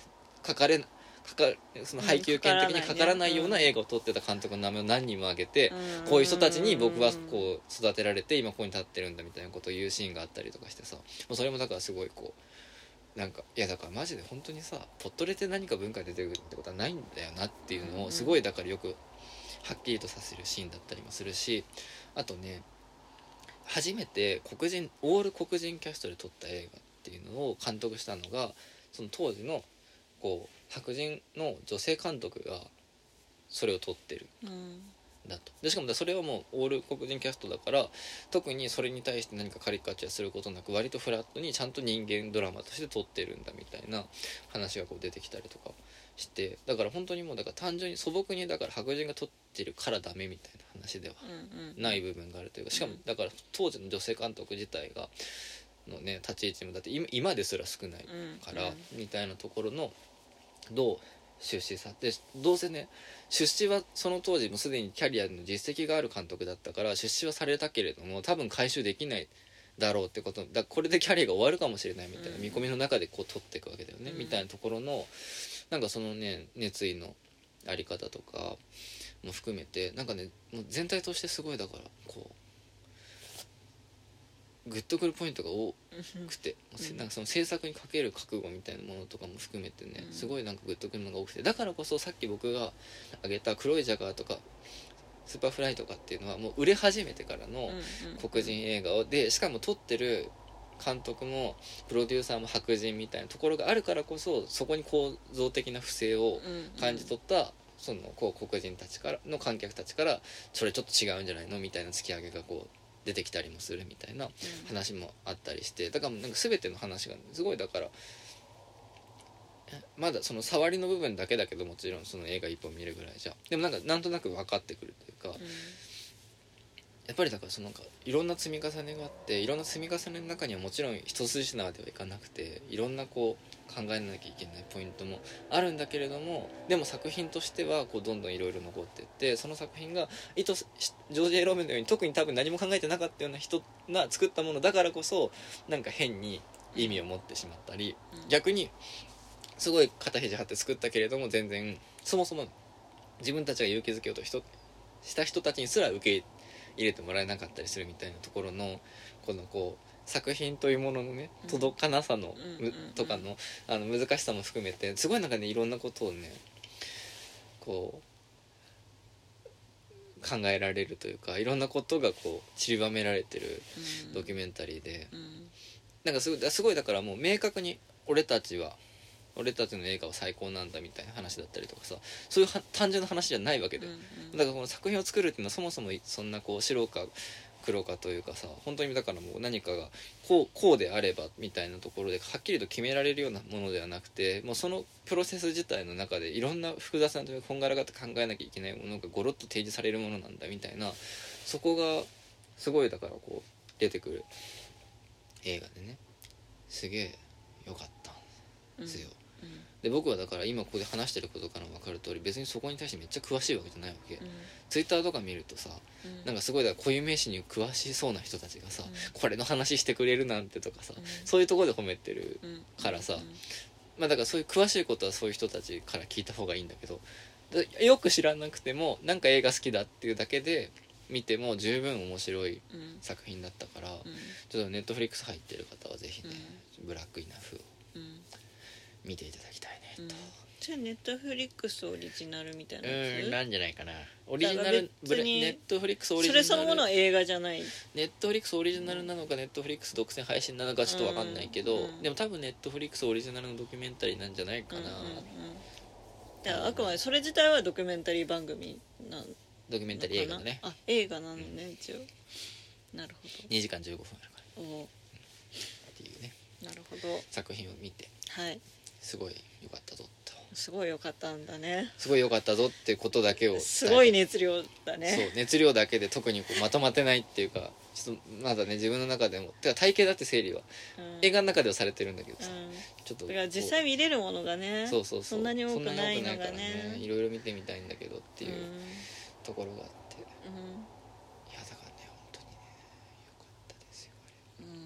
A: その配給権的にかからないような映画を撮ってた監督の名前を何人も挙げて、こういう人たちに僕はこう育てられて今ここに立ってるんだみたいなことを言うシーンがあったりとかしてさ、もうそれもだからすごいこうなんかいやだからマジで本当にさ、ポットレで何か文化が出てくるってことはないんだよなっていうのをすごいだからよくはっきりとさせるシーンだったりもするし、あとね初めてオール黒人キャストで撮った映画っていうのを監督したのが、その当時のこう白人の女性監督がそれを撮ってるだと。でしかもそれはもうオール黒人キャストだから、特にそれに対して何かカリカチュアすることなく割とフラットにちゃんと人間ドラマとして撮ってるんだみたいな話がこう出てきたりとかして、だから本当にもうだから単純に素朴にだから白人が撮ってるからダメみたいな話ではない部分があるというか、しかもだから当時の女性監督自体がのね立ち位置もだって今ですら少ないからみたいなところのどう出資さで、どうせね出資はその当時もすでにキャリアの実績がある監督だったから出資はされたけれども多分回収できないだろうってことだ、これでキャリアが終わるかもしれないみたいな見込みの中でこう取っていくわけだよね、みたいなところのなんかそのね熱意のあり方とかも含めてなんかねもう全体としてすごいだからこうグッとくるポイントが多くて、なんかその制作にかける覚悟みたいなものとかも含めてねすごいなんかグッとくるのが多くて、だからこそさっき僕が挙げた黒いジャガーとかスーパーフライとかっていうのはもう売れ始めてからの黒人映画で、しかも撮ってる監督もプロデューサーも白人みたいなところがあるからこそ、そこに構造的な不正を感じ取ったそのこう黒人たちからの観客たちからそれちょっと違うんじゃないのみたいな突き上げがこう出てきたりもするみたいな話もあったりして、だからなんか全ての話がすごいだからまだその触りの部分だけだけど、もちろんその映画一本見るぐらいじゃでもなんとなく分かってくるというか、やっぱりだからそのなんかいろんな積み重ねがあって、いろんな積み重ねの中にはもちろん一筋縄ではいかなくていろんなこう考えなきゃいけないポイントもあるんだけれども、でも作品としてはこうどんどんいろいろ残っていって、その作品がジョージ・エローメンのように特に多分何も考えてなかったような人が作ったものだからこそなんか変に意味を持ってしまったり、逆にすごい肩肘張って作ったけれども全然そもそも自分たちが勇気づけようとした人たちにすら受け入れてもらえなかったりするみたいなところのこのこう作品というもののね届かなさのとかの難しさも含めてすごいなんかねいろんなことをねこう考えられるというか、いろんなことがこう散りばめられてるドキュメンタリーで、なんかすごいだからもう明確に俺たちの映画は最高なんだみたいな話だったりとかさ、そういう単純な話じゃないわけで、だからこの作品を作るっていうのはそもそもそんなこう白か黒かというかさ、本当にだからもう何かがこうであればみたいなところではっきりと決められるようなものではなくて、もうそのプロセス自体の中でいろんな複雑なというかこんがらがって考えなきゃいけないものがゴロッと提示されるものなんだみたいな、そこがすごいだからこう出てくる映画でねすげえ良かったんですよ、で僕はだから今ここで話してることからも分かる通り別にそこに対してめっちゃ詳しいわけじゃないわけ、ツイッターとか見るとさ、なんかすごいだから固有名詞に詳しそうな人たちがさ、これの話してくれるなんてとかさ、そういうところで褒めてるからさ、まあだからそういう詳しいことはそういう人たちから聞いた方がいいんだけど、よく知らなくてもなんか映画好きだっていうだけで見ても十分面白い作品だったから、ちょっとネットフリックス入ってる方はぜひね、ブラックイナフを見ていただきたいねと、
B: じゃあネットフリックスオリジナルみたいなやつ
A: なんじゃないかな。オリジナルネットフリックスオリジナル、
B: それそのものは映画じゃない。
A: ネットフリックスオリジナルなのかネットフリックス独占配信なのかちょっと分かんないけど、でも多分ネットフリックスオリジナルのドキュメンタリーなんじゃないかな。
B: だからあくまでそれ自体はドキュメンタリー番組なのかな。
A: ドキュメンタリー映画だね。
B: あ、映画なのね、一応。なるほど。
A: 2時間15分あるから。
B: お
A: っていうね。
B: なるほど。
A: 作品を見て、
B: はい。
A: すごい良かったぞと。
B: すごい良かったんだね。
A: すごい良かったぞってことだけを。
B: すごい熱量だね。
A: そう、熱量だけで特にこうまとまってないっていうか、ちょっとまだね自分の中でも、てか体型だって整理は、映画の中ではされてるんだけどさ、ちょっと
B: だから実際見れるものがね、
A: そう
B: そんなに多くないのがね、
A: いろいろ見てみたいんだけどっていうところがあって、いやだからね本当にね良かったですよあれ、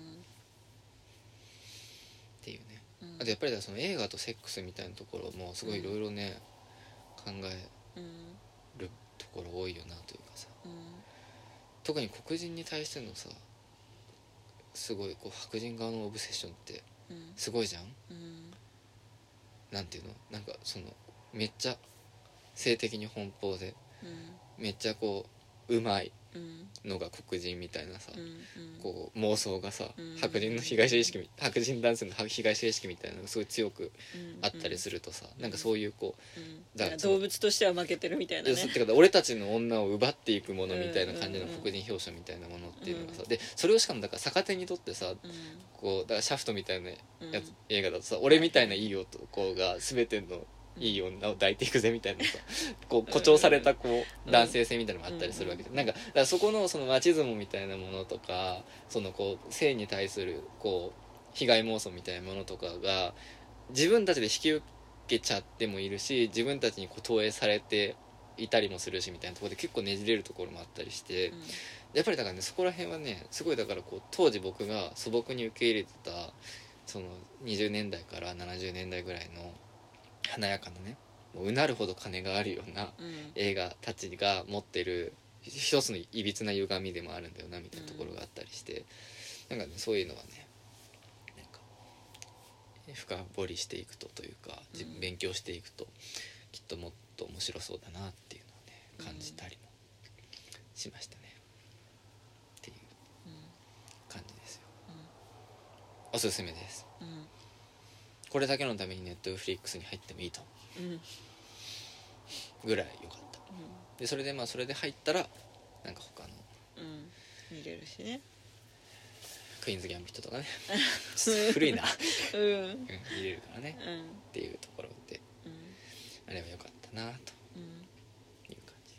A: っていうね、あとやっぱりその映画とセックスみたいなところもすごいいろいろね、考えるところ多いよなというかさ、特に黒人に対してのさ、すごいこう白人側のオブセッションってすごいじゃん、なんていうの、なんかそのめっちゃ性的に奔放で、めっちゃこううまいのが黒人みたいなさ、こう妄想がさ、白人の被害者意識、白人男性の被害者意識みたいなのがすごい強くあったりするとさ、なんかそういうこう、
B: だから動物としては負けてるみたいなね。
A: てか俺たちの女を奪っていくものみたいな感じの黒人表彰みたいなものっていうのがさ、でそれをしかもだから逆手にとってさ、こうだからシャフトみたいなやつ、映画だとさ、俺みたいないい男が全てのいい女を抱いていくぜみたいなさ、こう誇張されたこう男性性みたいなのもあったりするわけで、なんかだからそこのそのマチズモみたいなものとか、そのこう性に対するこう被害妄想みたいなものとかが自分たちで引き受けちゃってもいるし、自分たちにこう投影されていたりもするしみたいなところで結構ねじれるところもあったりして、やっぱりだからねそこら辺はねすごいだからこう当時僕が素朴に受け入れてたその20年代から70年代ぐらいの華やかなね、もううなるほど金があるような映画たちが持ってる一つのいびつな歪みでもあるんだよなみたいなところがあったりして、なんかねそういうのはねなんか深掘りしていくというか勉強していくときっともっと面白そうだなっていうのをね感じたりもしましたね、っていう感じですよ、おすすめです、これだけのためにネットフリックスに入ってもいいと思うぐらい良かった、でそれでまあそれで入ったらなんか他の、
B: 見れるしね、
A: クイーンズ・ギャンビットとかね古いな見れるからね、っていうところで、あれは良かったなという感じ、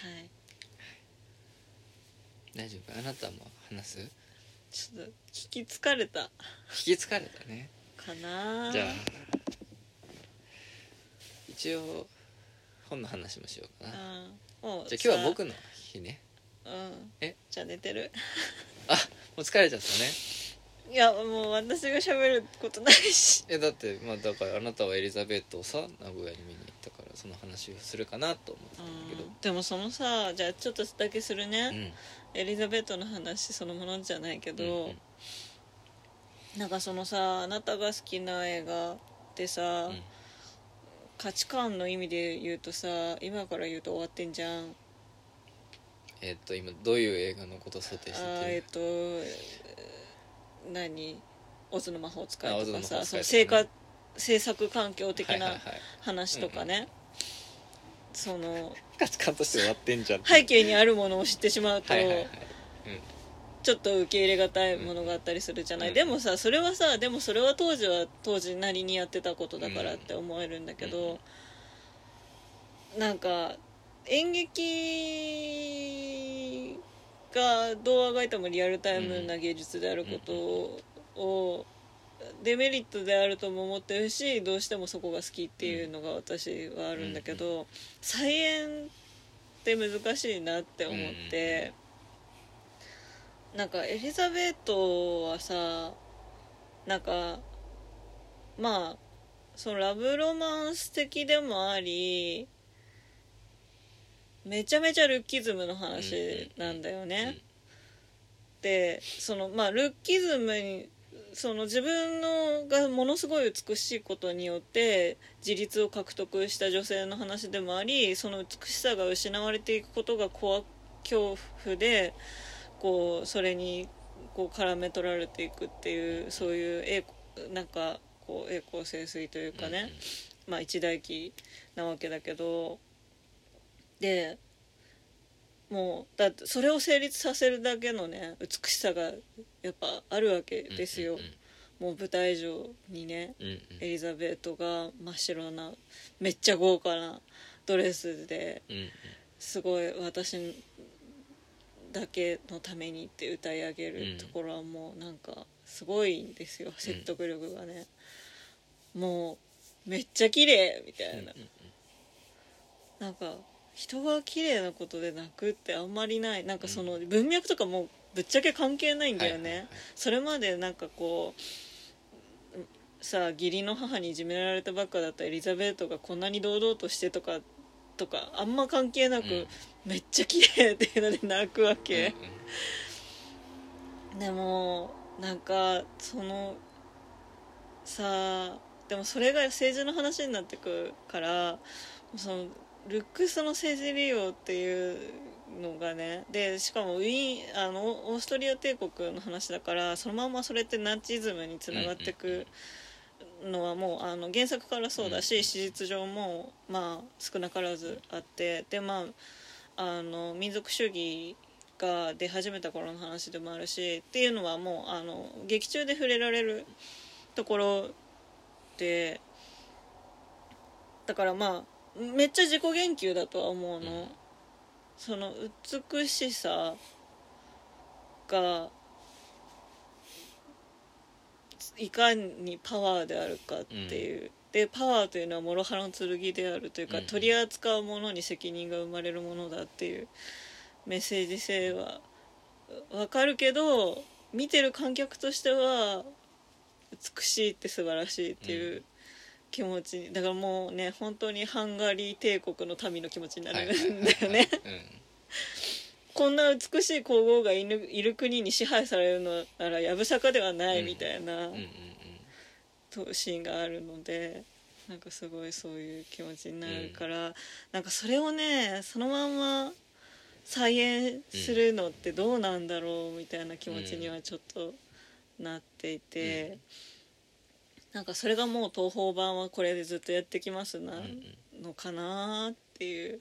A: 大丈夫、あなたも話す？
B: ちょっと聞き疲れた
A: ね
B: かな。
A: じゃあ一応本の話もしようかな。
B: もう
A: じゃあ今日は僕の日ね。
B: じゃあ寝てる
A: あ、もう疲れちゃったね。
B: いやもう私が喋ることないし。
A: だってまあだからあなたはエリザベートをさ名古屋に見に行ったからその話をするかなと思ってたんだけど、
B: でもそのさ、じゃあちょっとだけするね、エリザベートの話そのものじゃないけど、なんかそのさ、あなたが好きな映画ってさ、価値観の意味で言うとさ、今から言うと終わってんじゃん。
A: 今どういう映画のことを想定してて
B: 何オズの魔法使いとかさ、その制作環境的な話とかね、その
A: 価値観として終わってんじゃん
B: 背景にあるものを知ってしまうとちょっと受け入れがたいものがあったりするじゃない、でもさそれは当時は当時なりにやってたことだからって思えるんだけど、なんか演劇がどうあがいてもリアルタイムな芸術であることをデメリットであるとも思ってるし、どうしてもそこが好きっていうのが私はあるんだけど、再演って難しいなって思って、なんかエリザベートはさ、なんかまあそのラブロマンス的でもあり、めちゃめちゃルッキズムの話なんだよね、でそのまあルッキズムその自分のがものすごい美しいことによって自立を獲得した女性の話でもあり、その美しさが失われていくことが恐怖でこうそれにこう絡め取られていくっていう、そういうなんかこう栄光盛衰というかね、まあ一代記なわけだけど、でもうだってそれを成立させるだけのね美しさがやっぱあるわけですよ。もう舞台上にね、エリザベートが真っ白なめっちゃ豪華なドレスですごい私だけのためにって歌い上げるところはもうなんかすごいんですよ、説得力がね。もうめっちゃ綺麗みたいな、なんか人が綺麗なことで泣くってあんまりない。なんかその文脈とかもぶっちゃけ関係ないんだよね、それまでなんかこうさあ義理の母にいじめられたばっかだったエリザベートがこんなに堂々としてとかあんま関係なく、めっちゃ綺麗っていうので泣くわけ、でもなんかそのさあでもそれが政治の話になってくるから、そのルックスの政治利用っていうのがね、でしかもオーストリア帝国の話だから、そのままそれってナチズムにつながってくのはもう原作からそうだし、史実上もまあ少なからずあって、でまあ民族主義が出始めた頃の話でもあるしっていうのはもう劇中で触れられるところで、だからまあめっちゃ自己言及だとは思うの、その美しさがいかにパワーであるかっていう、でパワーというのは諸刃の剣であるというか、取り扱うものに責任が生まれるものだっていうメッセージ性はわかるけど、見てる観客としては美しいって素晴らしいっていう気持ちに、だからもうね本当にハンガリー帝国の民の気持ちになるんだよね、こんな美しい皇后がいる国に支配されるのならやぶさかではないみたいなシーンがあるので、なんかすごいそういう気持ちになるから、なんかそれをねそのまんま再現するのってどうなんだろうみたいな気持ちにはちょっとなっていて、なんかそれがもう東宝版はこれでずっとやってきますなのかなっていう。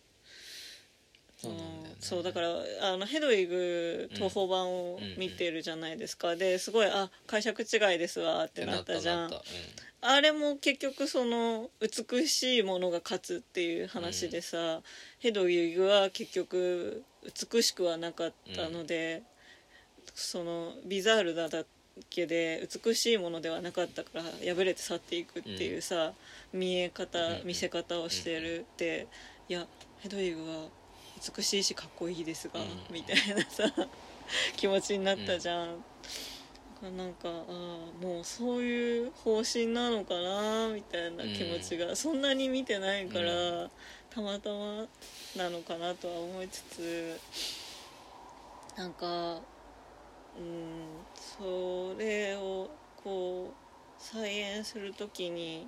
B: そうだからヘドウィグ東宝版を見てるじゃないですか、ですごい解釈違いですわってなったじゃん、あれも結局その美しいものが勝つっていう話でさ、ヘドウィグは結局美しくはなかったので、そのビザールだけで美しいものではなかったから破れて去っていくっていうさ、見せ方をしてるって、いやヘドウィグは美しいしかっこいいですが、みたいなさ気持ちになったじゃん、なんかもうそういう方針なのかなみたいな気持ちが、そんなに見てないから、たまたまなのかなとは思いつつ、なんかそれをこう再現するときに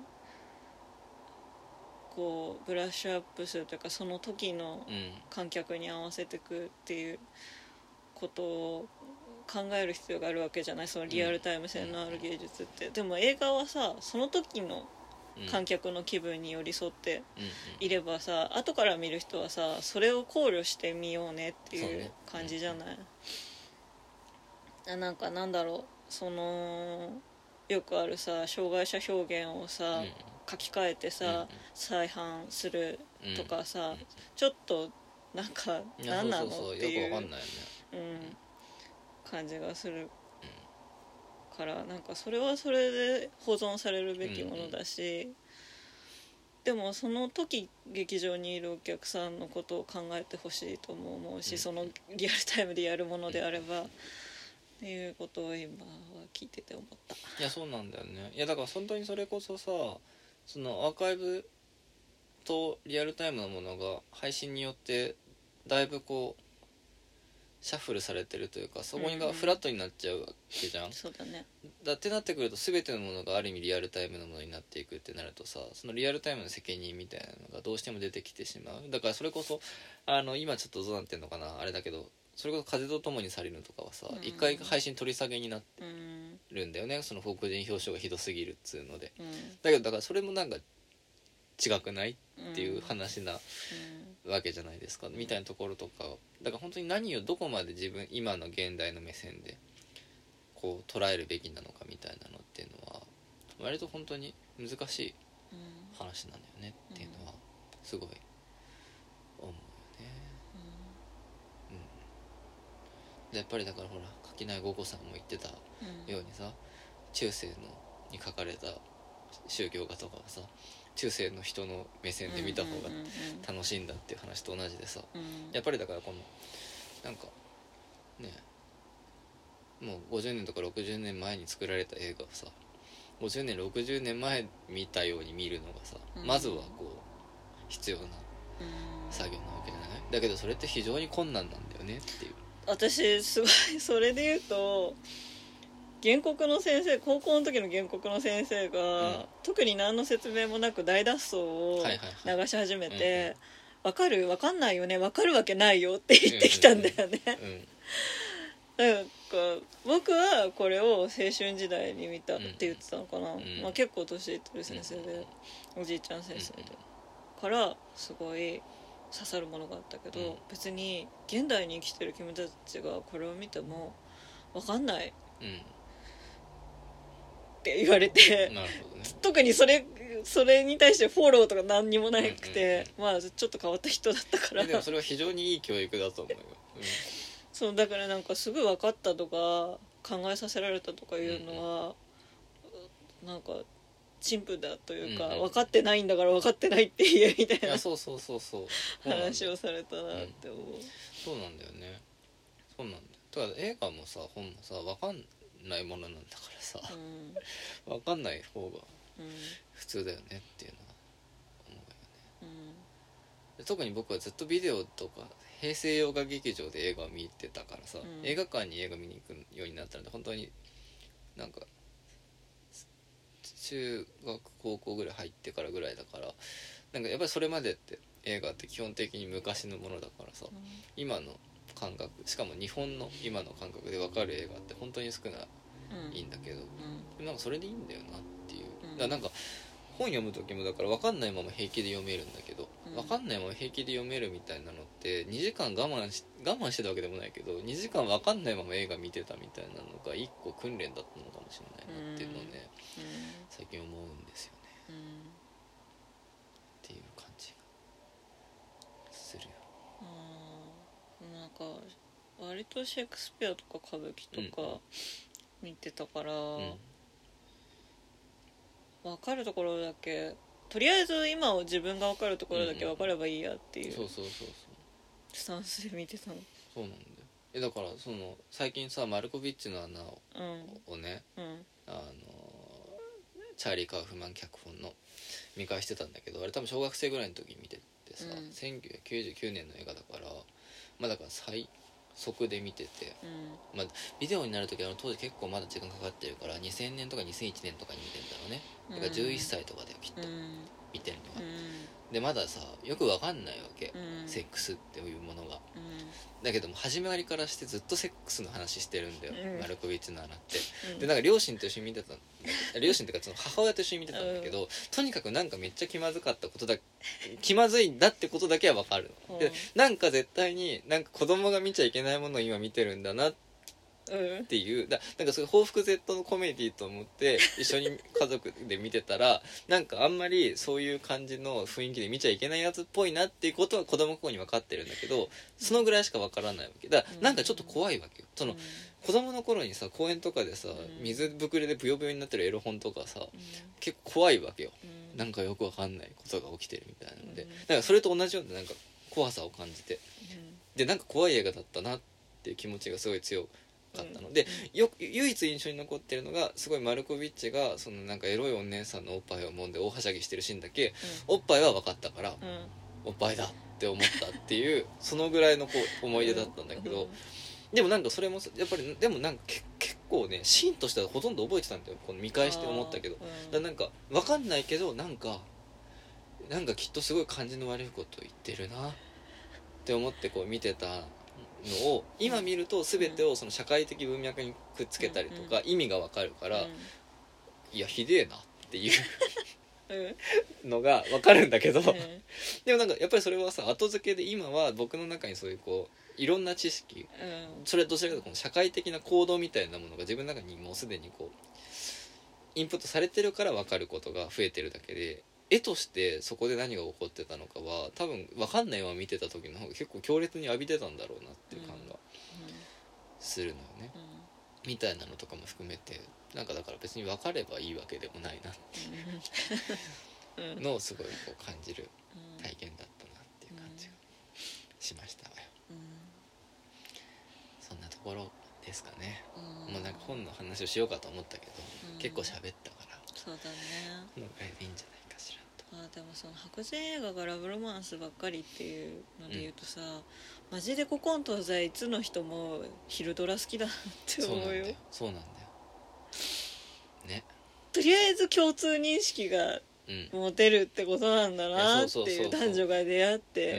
B: こうブラッシュアップするというか、その時の観客に合わせていくっていうことを考える必要があるわけじゃない、そのリアルタイム性のある芸術って。でも映画はさその時の観客の気分に寄り添っていればさ、後から見る人はさそれを考慮してみようねっていう感じじゃない、なんかなんだろう、そのよくあるさ障害者表現をさ、書き換えてさ、再販するとかさ、ちょっとなんか何なのっていう
A: よくわかんないよ
B: ね、感じがするから、なんかそれはそれで保存されるべきものだし、でもその時劇場にいるお客さんのことを考えてほしいとも思うし、そのリアルタイムでやるものであればっていうことを今は聞いてて思った。
A: いやそうなんだよね。いやだから本当にそれこそさ、そのアーカイブとリアルタイムのものが配信によってだいぶこうシャッフルされてるというかそこがフラットになっちゃうわけじゃん、
B: そうだね。
A: だってなってくると全てのものがある意味リアルタイムのものになっていくってなるとさ、そのリアルタイムの責任みたいなのがどうしても出てきてしまう。だからそれこそ今ちょっとどうなってんのかなあれだけど、それこそ風と共に去りぬとかはさ、一回配信取り下げになってるんだよね、その黒人表彰がひどすぎるっつうので、だけどだからそれもなんか違くないっていう話なわけじゃないですか、みたいなところとか、だから本当に何をどこまで自分今の現代の目線でこう捉えるべきなのかみたいなのっていうのは割と本当に難しい話なんだよねっていうのはすごい思うよね。でやっぱりだからほら垣内五子さんも言ってたようにさ、中世のに書かれた宗教画とかはさ中世の人の目線で見た方が楽しいんだっていう話と同じでさ、やっぱりだからこのなんかねもう50年とか60年前に作られた映画をさ50年60年前見たように見るのがさ、まずはこう必要な作業なわけじゃない。だけどそれって非常に困難なんだよねっていう。
B: 私すごいそれで言うと原告の先生、高校の時の原告の先生が、特に何の説明もなく大脱走を流し始めて、分かる分かんないよね分かるわけないよって言ってきたんだよね。なんか僕はこれを青春時代に見たって言ってたのかな、まあ、結構年いってる先生で、おじいちゃん先生でからすごい刺さるものがあったけど、別に現代に生きてる君たちがこれを見ても分かんない、って言われて、
A: なるほどね、
B: 特にそれに対してフォローとか何にもなくて、まあちょっと変わった人だったから
A: でもそれは非常にいい教育だと思うよ、
B: そうだからなんかすぐ分かったとか考えさせられたとかいうのは、なんか陳腐だというか、分かってないんだから分かってないって言えみたいな
A: そう
B: 話をされたなって思う。
A: そうなんだよね、そうなんだよ。だから映画もさ本もさ分かんないものなんだからさ、分かんない方が普通だよねっていうのは思うよね、で特に僕はずっとビデオとか平成洋画劇場で映画を見てたからさ、映画館に映画見に行くようになったので本当になんか中学高校ぐらい入ってからぐらいだから、なんかやっぱりそれまでって映画って基本的に昔のものだからさ、今の感覚、しかも日本の今の感覚で分かる映画って本当に少ないんだけど、なんかそれでいいんだよなっていう、だからなんか本読む時もだから分かんないまま平気で読めるんだけど、分かんないまま平気で読めるみたいなのって2時間我慢してたわけでもないけど2時間分かんないまま映画見てたみたいなのが一個訓練だったのかもしれないなっていうのをね、最近思うんですよね、っていう感じがするよ。
B: なんか割とシェイクスピアとか歌舞伎とか見てたから、分かるところだけとりあえず今を自分が分かるところだけ分かればいいやっていうスタンスで見てたの。
A: そうなんだよ。だからその最近さマルコビッチの穴をね、チャーリー・カウフマン脚本の見返してたんだけど、あれ多分小学生ぐらいの時に見ててさ、1999年の映画だからまあだから最速で見てて、まあ、ビデオになる時は当時結構まだ時間かかってるから2000年とか2001年とかに見てんだろうね。だから11歳とかだよきっと、見てるのは、でまださよくわかんないわけ、セックスっていうものが、だけども始まりからしてずっとセックスの話してるんだよ、マルコビッチの穴って、でなんか両親と一緒に見てたんだけど両親っていうかその母親と一緒に見てたんだけど、とにかくなんかめっちゃ気まずかったことだ気まずいんだってことだけはわかるの、でなんか絶対になんか子供が見ちゃいけないものを今見てるんだなっていう、なんかそういう報復 Z のコメディと思って一緒に家族で見てたらなんかあんまりそういう感じの雰囲気で見ちゃいけないやつっぽいなっていうことは子供の頃に分かってるんだけど、そのぐらいしか分からないわけだから、なんかちょっと怖いわけよ。その子供の頃にさ公園とかでさ水ぶくれでブヨブヨになってるエロ本とかさ、結構怖いわけよ、なんかよく分かんないことが起きてるみたいなので、だからそれと同じようななんか怖さを感じて、でなんか怖い映画だったなっていう気持ちがすごい強かったので、唯一印象に残ってるのがすごいマルコビッチがそのなんかエロいお姉さんのおっぱいを揉んで大はしゃぎしてるシーンだけ、おっぱいは分かったから、おっぱいだって思ったっていうそのぐらいのこう思い出だったんだけど、 でもなんかそれもやっぱりでもなんか結構ねシーンとしてはほとんど覚えてたんだよ、この見返して思ったけど、だからなんか分かんないけどなんかきっとすごい感じの悪いこと言ってるなって思ってこう見てたのを今見ると全てをその社会的文脈にくっつけたりとか意味が分かるから、いやひでえなっていうのが分かるんだけど、でもなんかやっぱりそれはさ後付けで今は僕の中にそういうこういろんな知識、それはどちらかというとこの社会的な行動みたいなものが自分の中にもうすでにこうインプットされてるから分かることが増えてるだけで、絵としてそこで何が起こってたのかは多分分かんないまま見てた時の方が結構強烈に浴びてたんだろうなっていう感がするのよね、みたいなのとかも含めてなんかだから別に分かればいいわけでもないなっていうのをすごいこう感じる体験だったなっていう感じがしましたわよ、そんなところですかね、もうなんか本の話をしようかと思ったけど、結構喋ったから
B: そうだね、
A: このぐらいでいいんじゃないかしらと。
B: でもその白人映画がラブロマンスばっかりっていうので言うとさ、マジで古今東西いつの人も昼ドラ好きだなって思うよ。
A: そうなんだよね。
B: とりあえず共通認識が持てるってことなんだなっていう、男女が出会って、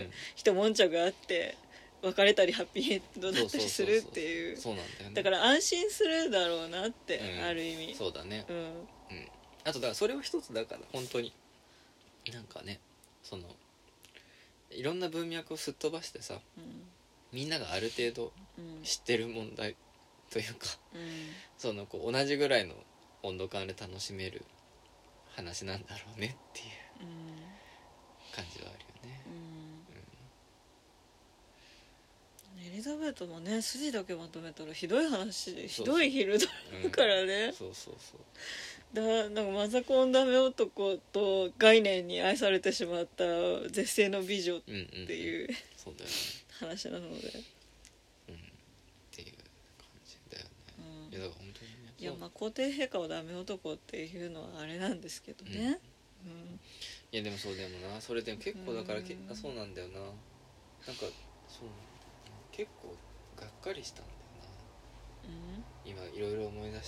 B: 一悶着があって別れたりハッピーエンドだったりするっていう、
A: そうなんだよね。
B: だから安心するだろうなって、ある意味
A: そうだね、あとだからそれは一つだから本当になんかね、そのいろんな文脈をすっ飛ばしてさ、みんながある程度知ってる問題というか、そのこう同じぐらいの温度感で楽しめる話なんだろうねっていう感じはあるよね、
B: エリザベートもね筋だけまとめたらひどい話でひどい昼ドラだからね、なんかマザコンダメ男と概念に愛されてしまった絶世の美女っていう、
A: そうだよね、
B: 話なので、
A: っていう感じだよね、いやだから本当にね、
B: いやまあ皇帝陛下をダメ男っていうのはあれなんですけどね、
A: いやでもそうでもな、それでも結構だからそうなんだよな、なんかそう結構がっかりしたんだよな、今いろいろ思い出した、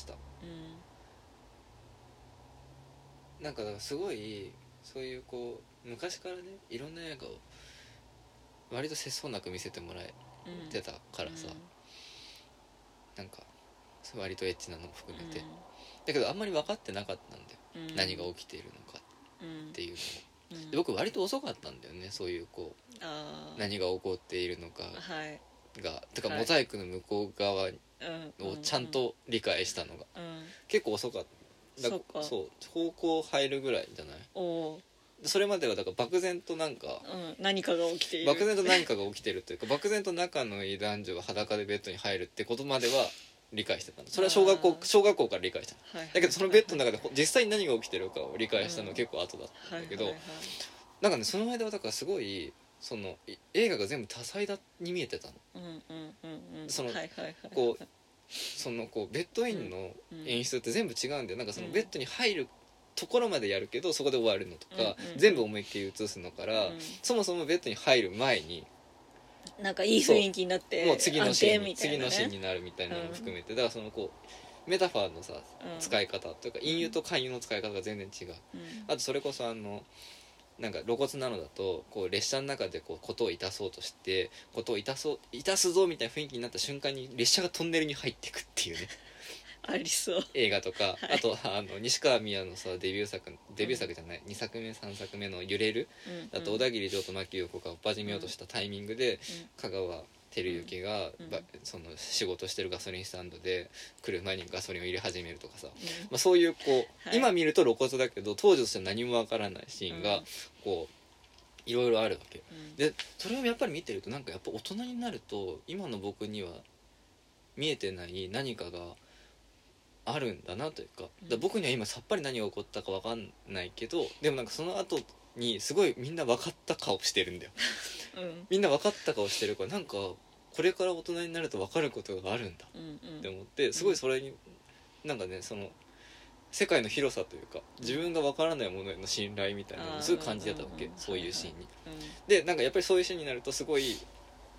A: なんかだからすごいそういうこう昔からねいろんな映画を割と節操なく見せてもらえてたからさ、なんか割とエッチなのも含めて、だけどあんまり分かってなかったんだよ、何が起きているのかっていうのを、で僕割と遅かったんだよね、そういうこう何が起こっているのかが、てかモザイクの向こう側をちゃんと理解したのが、結構遅かった。そう方向入るぐらいじゃない。それまではだから漠然となんか、
B: 何かが起きている、
A: 漠然と何かが起きてるというか漠然と仲のいい男女が裸でベッドに入るってことまでは理解してたの。それは小学校から理解したの、だけどそのベッドの中で実際に何が起きてるかを理解したのは結構後だったんだけど、なんかねその間はだからすごいその映画が全部多彩だに見えてたの、そのこうそのこうベッドインの演出って全部違うんだよ。なんかそのベッドに入るところまでやるけどそこで終わるのとか、全部思いっきり映すのから、そもそもベッドに入る前に
B: なんかいい雰囲気になって
A: もう次のシーンになるみたいなのも含めて、だからそのこうメタファーのさ、使い方というか隠喩と勧誘の使い方が全然違う、あとそれこそなんか露骨なのだとこう列車の中でこうことをいたそうとしてことをいたすぞみたいな雰囲気になった瞬間に列車がトンネルに入っていくっていうね
B: ありそう
A: 映画とか、あと西川美也のさデビュー作じゃない2作目3作目の「揺れる」だと小田切丈と牧陽子がばじめようとしたタイミングで、香川照之が、その仕事してるガソリンスタンドで車にガソリンを入れ始めるとかさ、そういうこう、今見ると露骨だけど当時としては何もわからないシーンがこういろいろあるわけ、でそれをやっぱり見てるとなんかやっぱ大人になると今の僕には見えてない何かがあるんだなというか、僕には今さっぱり何が起こったか分かんないけど、でもなんかその後にすごいみんな分かった顔してるんだよ、みんな分かった顔してるからなんかこれから大人になると分かることがあるんだって思って、すごいそれになんかねその世界の広さというか自分が分からないものへの信頼みたいなのをすごい感じてたわけ、そういうシーンに、でなんかやっぱりそういうシーンになるとすごい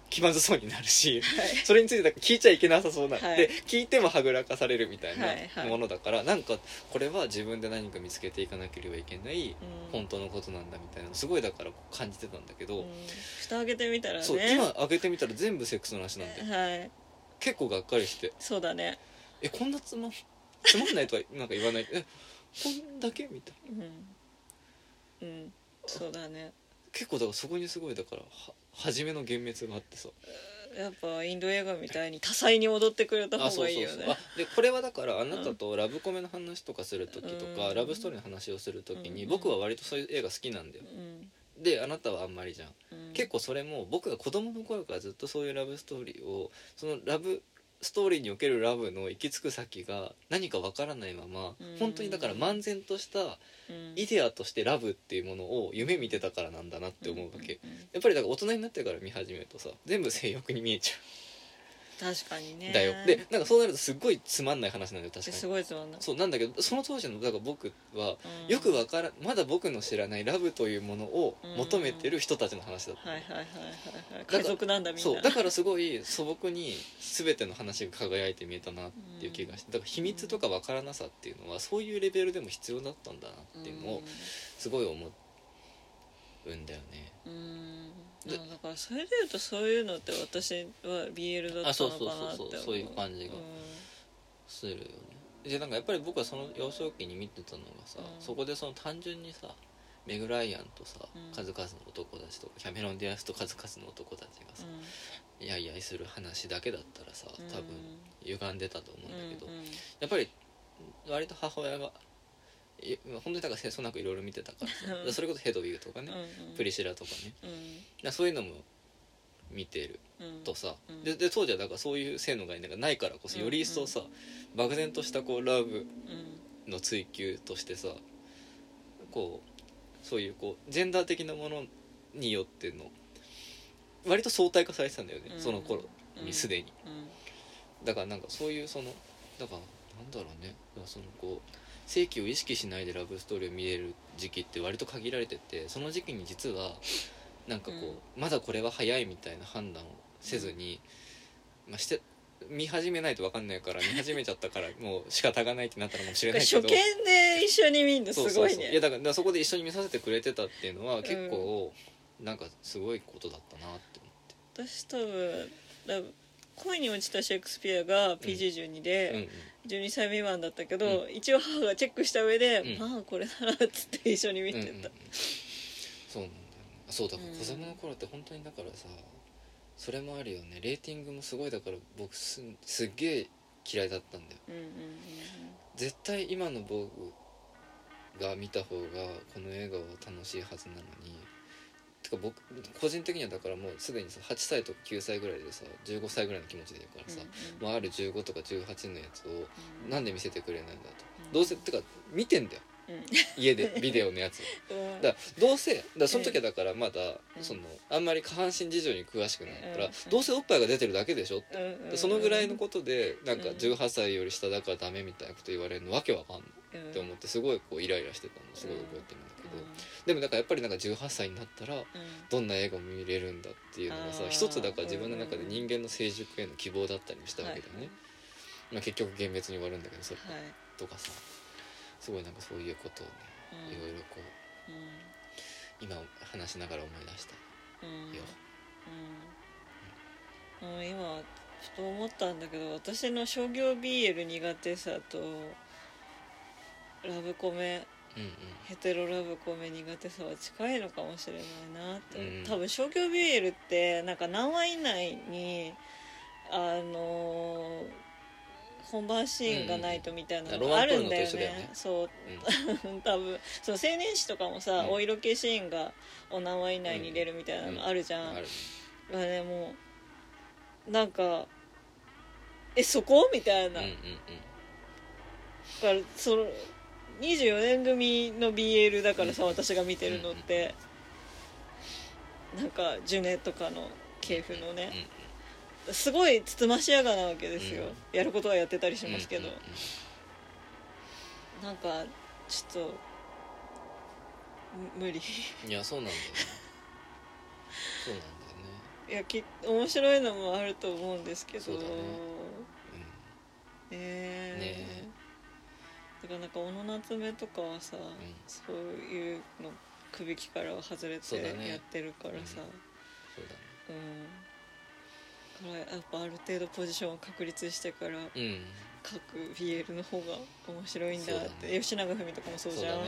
A: 気まずそうになるし、
B: はい、
A: それについてだから聞いちゃいけなさそうな、
B: はい、
A: で聞いてもはぐらかされるみたい
B: はいは
A: ないものだから、なんかこれは自分で何か見つけていかなければいけない本当のことなんだみたいなのすごいだから感じてたんだけど、
B: 蓋開けてみたらね、
A: そう今開けてみたら全部セックスの話なんだよ、
B: はい、
A: 結構がっかりして、
B: そうだね、
A: こんなつまんないとはなんか言わない、こんだけみたい
B: な、そうだね、
A: 結構だからそこにすごいだから初めの幻滅があってさ、
B: やっぱインド映画みたいに多彩に踊ってくれた方がいいよね。
A: でこれはだからあなたとラブコメの話とかする時とか、ラブストーリーの話をする時に、僕は割とそういう映画好きなんだよ、であなたはあんまりじゃん、結構それも僕が子供の頃からずっとそういうラブストーリーを、そのラブストーリーにおけるラブの行き着く先が何かわからないまま、本当にだから漫然としたイデアとしてラブっていうものを夢見てたからなんだなって思うわけ、やっぱりだから大人になってから見始めるとさ、全部性欲に見えちゃう、
B: 確かにね。
A: だよ。でなんかそうなるとすっごいつまんない話なんだよ、確かに
B: すごいつまんない。
A: そうなんだけど、その当時のだから僕はよくわからまだ僕の知らないラブというものを求めてる人たちの話だった、
B: はいはいはいはいはい、家族なんだみんな。
A: そうだからすごい素朴に全ての話が輝いて見えたなっていう気がして、だから秘密とかわからなさっていうのはそういうレベルでも必要だったんだなっていうのをすごい思うんだよね。
B: だからそれでいうとそういうのって私は BL だったのかなって思う。
A: そういう感じがするよね。でなんかやっぱり僕はその幼少期に見てたのがさ、そこでその単純にさメグ・ライアンとさ、数々の男たちとかキャメロン・ディアスと数々の男たちがさ、やいやいする話だけだったらさ多分歪んでたと思うんだけど、やっぱり割と母親が本当にだから清楚なくいろいろ見てたからさそれこそヘドウィグとかね、プリシラとかね、そういうのも見てるとさ、で当時はだからそういう性の概念がないからこそより一層さ、漠然としたこうラブの追求としてさ、こうそういうこうジェンダー的なものによっての割と相対化されてたんだよね、その頃にすでに、だからなんかそういうそのだからなんだろうね、だからそのこう性器を意識しないでラブストーリーを見れる時期って割と限られてて、その時期に実はなんかこう、まだこれは早いみたいな判断をせずに、して見始めないと分かんないから見始めちゃったからもう仕方がないってなったのかもしれないけど
B: 初見で一緒に見るのすごいね。
A: いやだからそこで一緒に見させてくれてたっていうのは結構なんかすごいことだったなって思って、
B: 私多分恋に落ちたシェイクスピアが PG12 で12歳未満だったけど、一応母がチェックした上で、まあこれならっつって一緒に見てた、
A: そうなんだよね。そうだから子供の頃って本当にだからさ、それもあるよね。レーティングもすごいだから僕すっげえ嫌いだったんだよ、絶対今の僕が見た方がこの映画は楽しいはずなのに、てか僕個人的にはだからもうすでにさ8歳とか9歳ぐらいでさ15歳ぐらいの気持ちでいるからさ、もうある15とか18のやつをなんで見せてくれないんだと、どうせてか見てんだよ、家でビデオのやつだからどうせだその時はだからまだそのあんまり下半身事情に詳しくないから、どうせおっぱいが出てるだけでしょって、そのぐらいのことでなんか18歳より下だからダメみたいなこと言われるのわけわかんないって思ってすごいこうイライラしてたのすごい覚えてるんだけど、でもだからやっぱりなんか18歳になったらどんな映画も見れるんだっていうのがさ、一つだから自分の中で人間の成熟への希望だったりもしたわけだよね、結局幻滅に終わるんだけどそれとかさ、すごいなんかそういうことをね、いろいろこう、今話しながら思い出したよ、
B: 今ふと思ったんだけど、私の商業 BL 苦手さとラブコメ、ヘテロラブコメ苦手さは近いのかもしれないなって、多分商業 BL ってなんか何話以内に本番シーンがないとみたいなのがあるんだよね、そう、多分その青年誌とかもさ、お色気シーンが何話以内に入れるみたいなのあるじゃん、がね、もうなんかそこみたいな、だからその24年組の BL だからさ、私が見てるのってなんかジュネとかの系譜のね、すごいつつましやがなわけですよ、やることはやってたりしますけど、なんかちょっと無理
A: いやそうなんだよねそうなんだよね。
B: いや面白いのもあると思うんですけど
A: そうだね、
B: ねだからなんか小野夏目とかはさ、そういうの首力は外れてやってるからさ、
A: そうだね、
B: だからやっぱある程度ポジションを確立してから各 BL の方が面白いんだって、吉永文とかもそうじゃん、っていうのは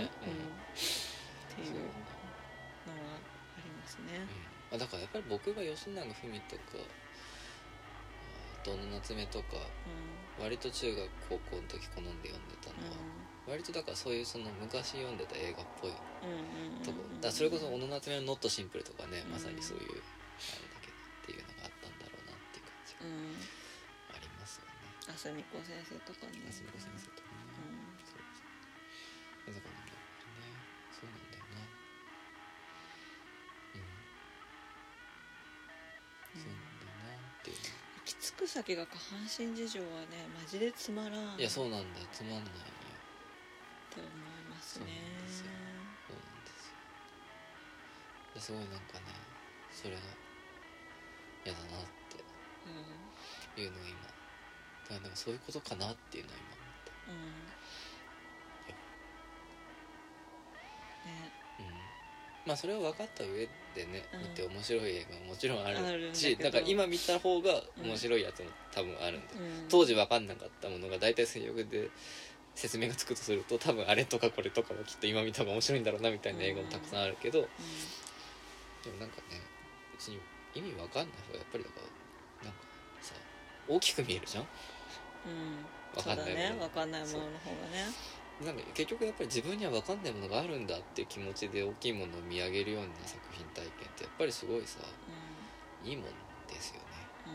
B: ありますね、
A: だからやっぱり僕が吉永文とか小野夏目とか、割と中学高校の時好んで読んでたのは、割とだからそういうその昔読んでた映画っぽいとこ、だそれこそ小野夏目の「ノットシンプル」とかね、まさにそういうあれだけどっていうのがあったんだろうなっていう感じがありますよね。
B: あすみこ先生とかね、
A: あすみこ先生とかね、そうだからね、そうなんだよな、そうなんだよなっていう。
B: 行き着く先が下半身事情はねマジでつまらん。
A: いやそうなんだよ、つまんないよ
B: って思いますね。
A: そうなんですよ。すごいなんかね、それが嫌だなっていうのが今、だからなんかそういうことかなっていうのは今思った。ね、まあそれを分かった上でね、見て面白い映画ももちろんあるし、だから今見た方が面白いやつも多分あるんで、当時分かんなかったものが大体性欲で説明がつくとすると、多分あれとかこれとかはきっと今見た方が面白いんだろうなみたいな映画もたくさんあるけど、でもなんかね、別に意味分かんない方がやっぱりだからなんかさ、大きく見えるじゃん、分かんないもの、
B: 分かんないものの方がね、
A: なんか結局やっぱり自分には分かんないものがあるんだっていう気持ちで大きいものを見上げるような作品体験ってやっぱりすごいさ、いいもんですよね、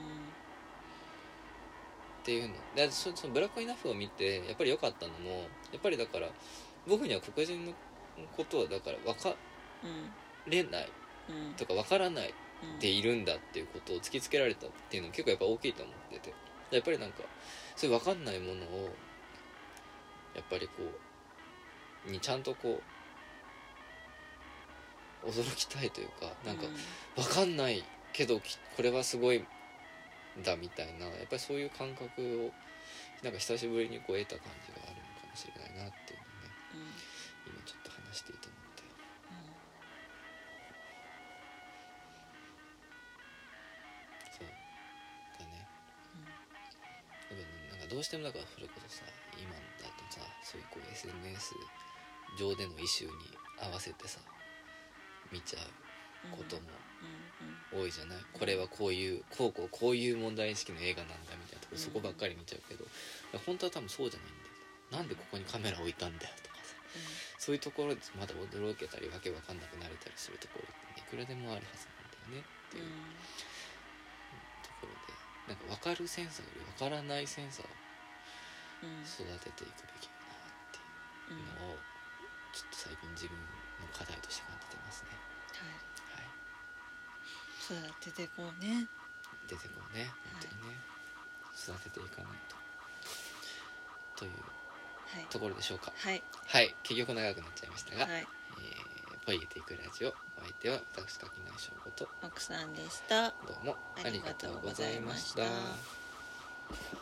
A: っていうので、そのブラックイナフを見てやっぱり良かったのも、やっぱりだから僕には黒人のことはだから分かれないとか分からないでいるんだっていうことを突きつけられたっていうのは結構やっぱ大きいと思ってて、やっぱりなんかそういう分かんないものをやっぱりこうにちゃんとこう驚きたいというか、なんか分かんないけどこれはすごいんだみたいな、やっぱりそういう感覚をなんか久しぶりにこう得た感じがあるのかもしれないなっていうのをね、今ちょっと話していて思って、そうだね、でもなんかどうしてもだからそれこそさ、今だとさ、そういうこう SNS 上でのイシューに合わせてさ見ちゃうことも多いじゃない、これはこういうこういう問題意識の映画なんだみたいなところ、そこばっかり見ちゃうけど、本当は多分そうじゃないんだよ、なんでここにカメラ置いたんだよとかさ、そういうところでまだ驚けたりわけわかんなくなれたりするところっていくらでもあるはずなんだよねっていうところで、なんか分かるセンサーより分からないセンサーを育てていくべきだなっていうのをちょっと最近自分の課題として感じてますね。
B: 育ててこうね、
A: 出てこうね、本当にね、育てていかないというところでしょうか。はい、結局長くなっちゃいましたが、ポイゲていくラジオ、お相手は私垣内翔子と
B: 奥さんでした。
A: どうもありがとうございました。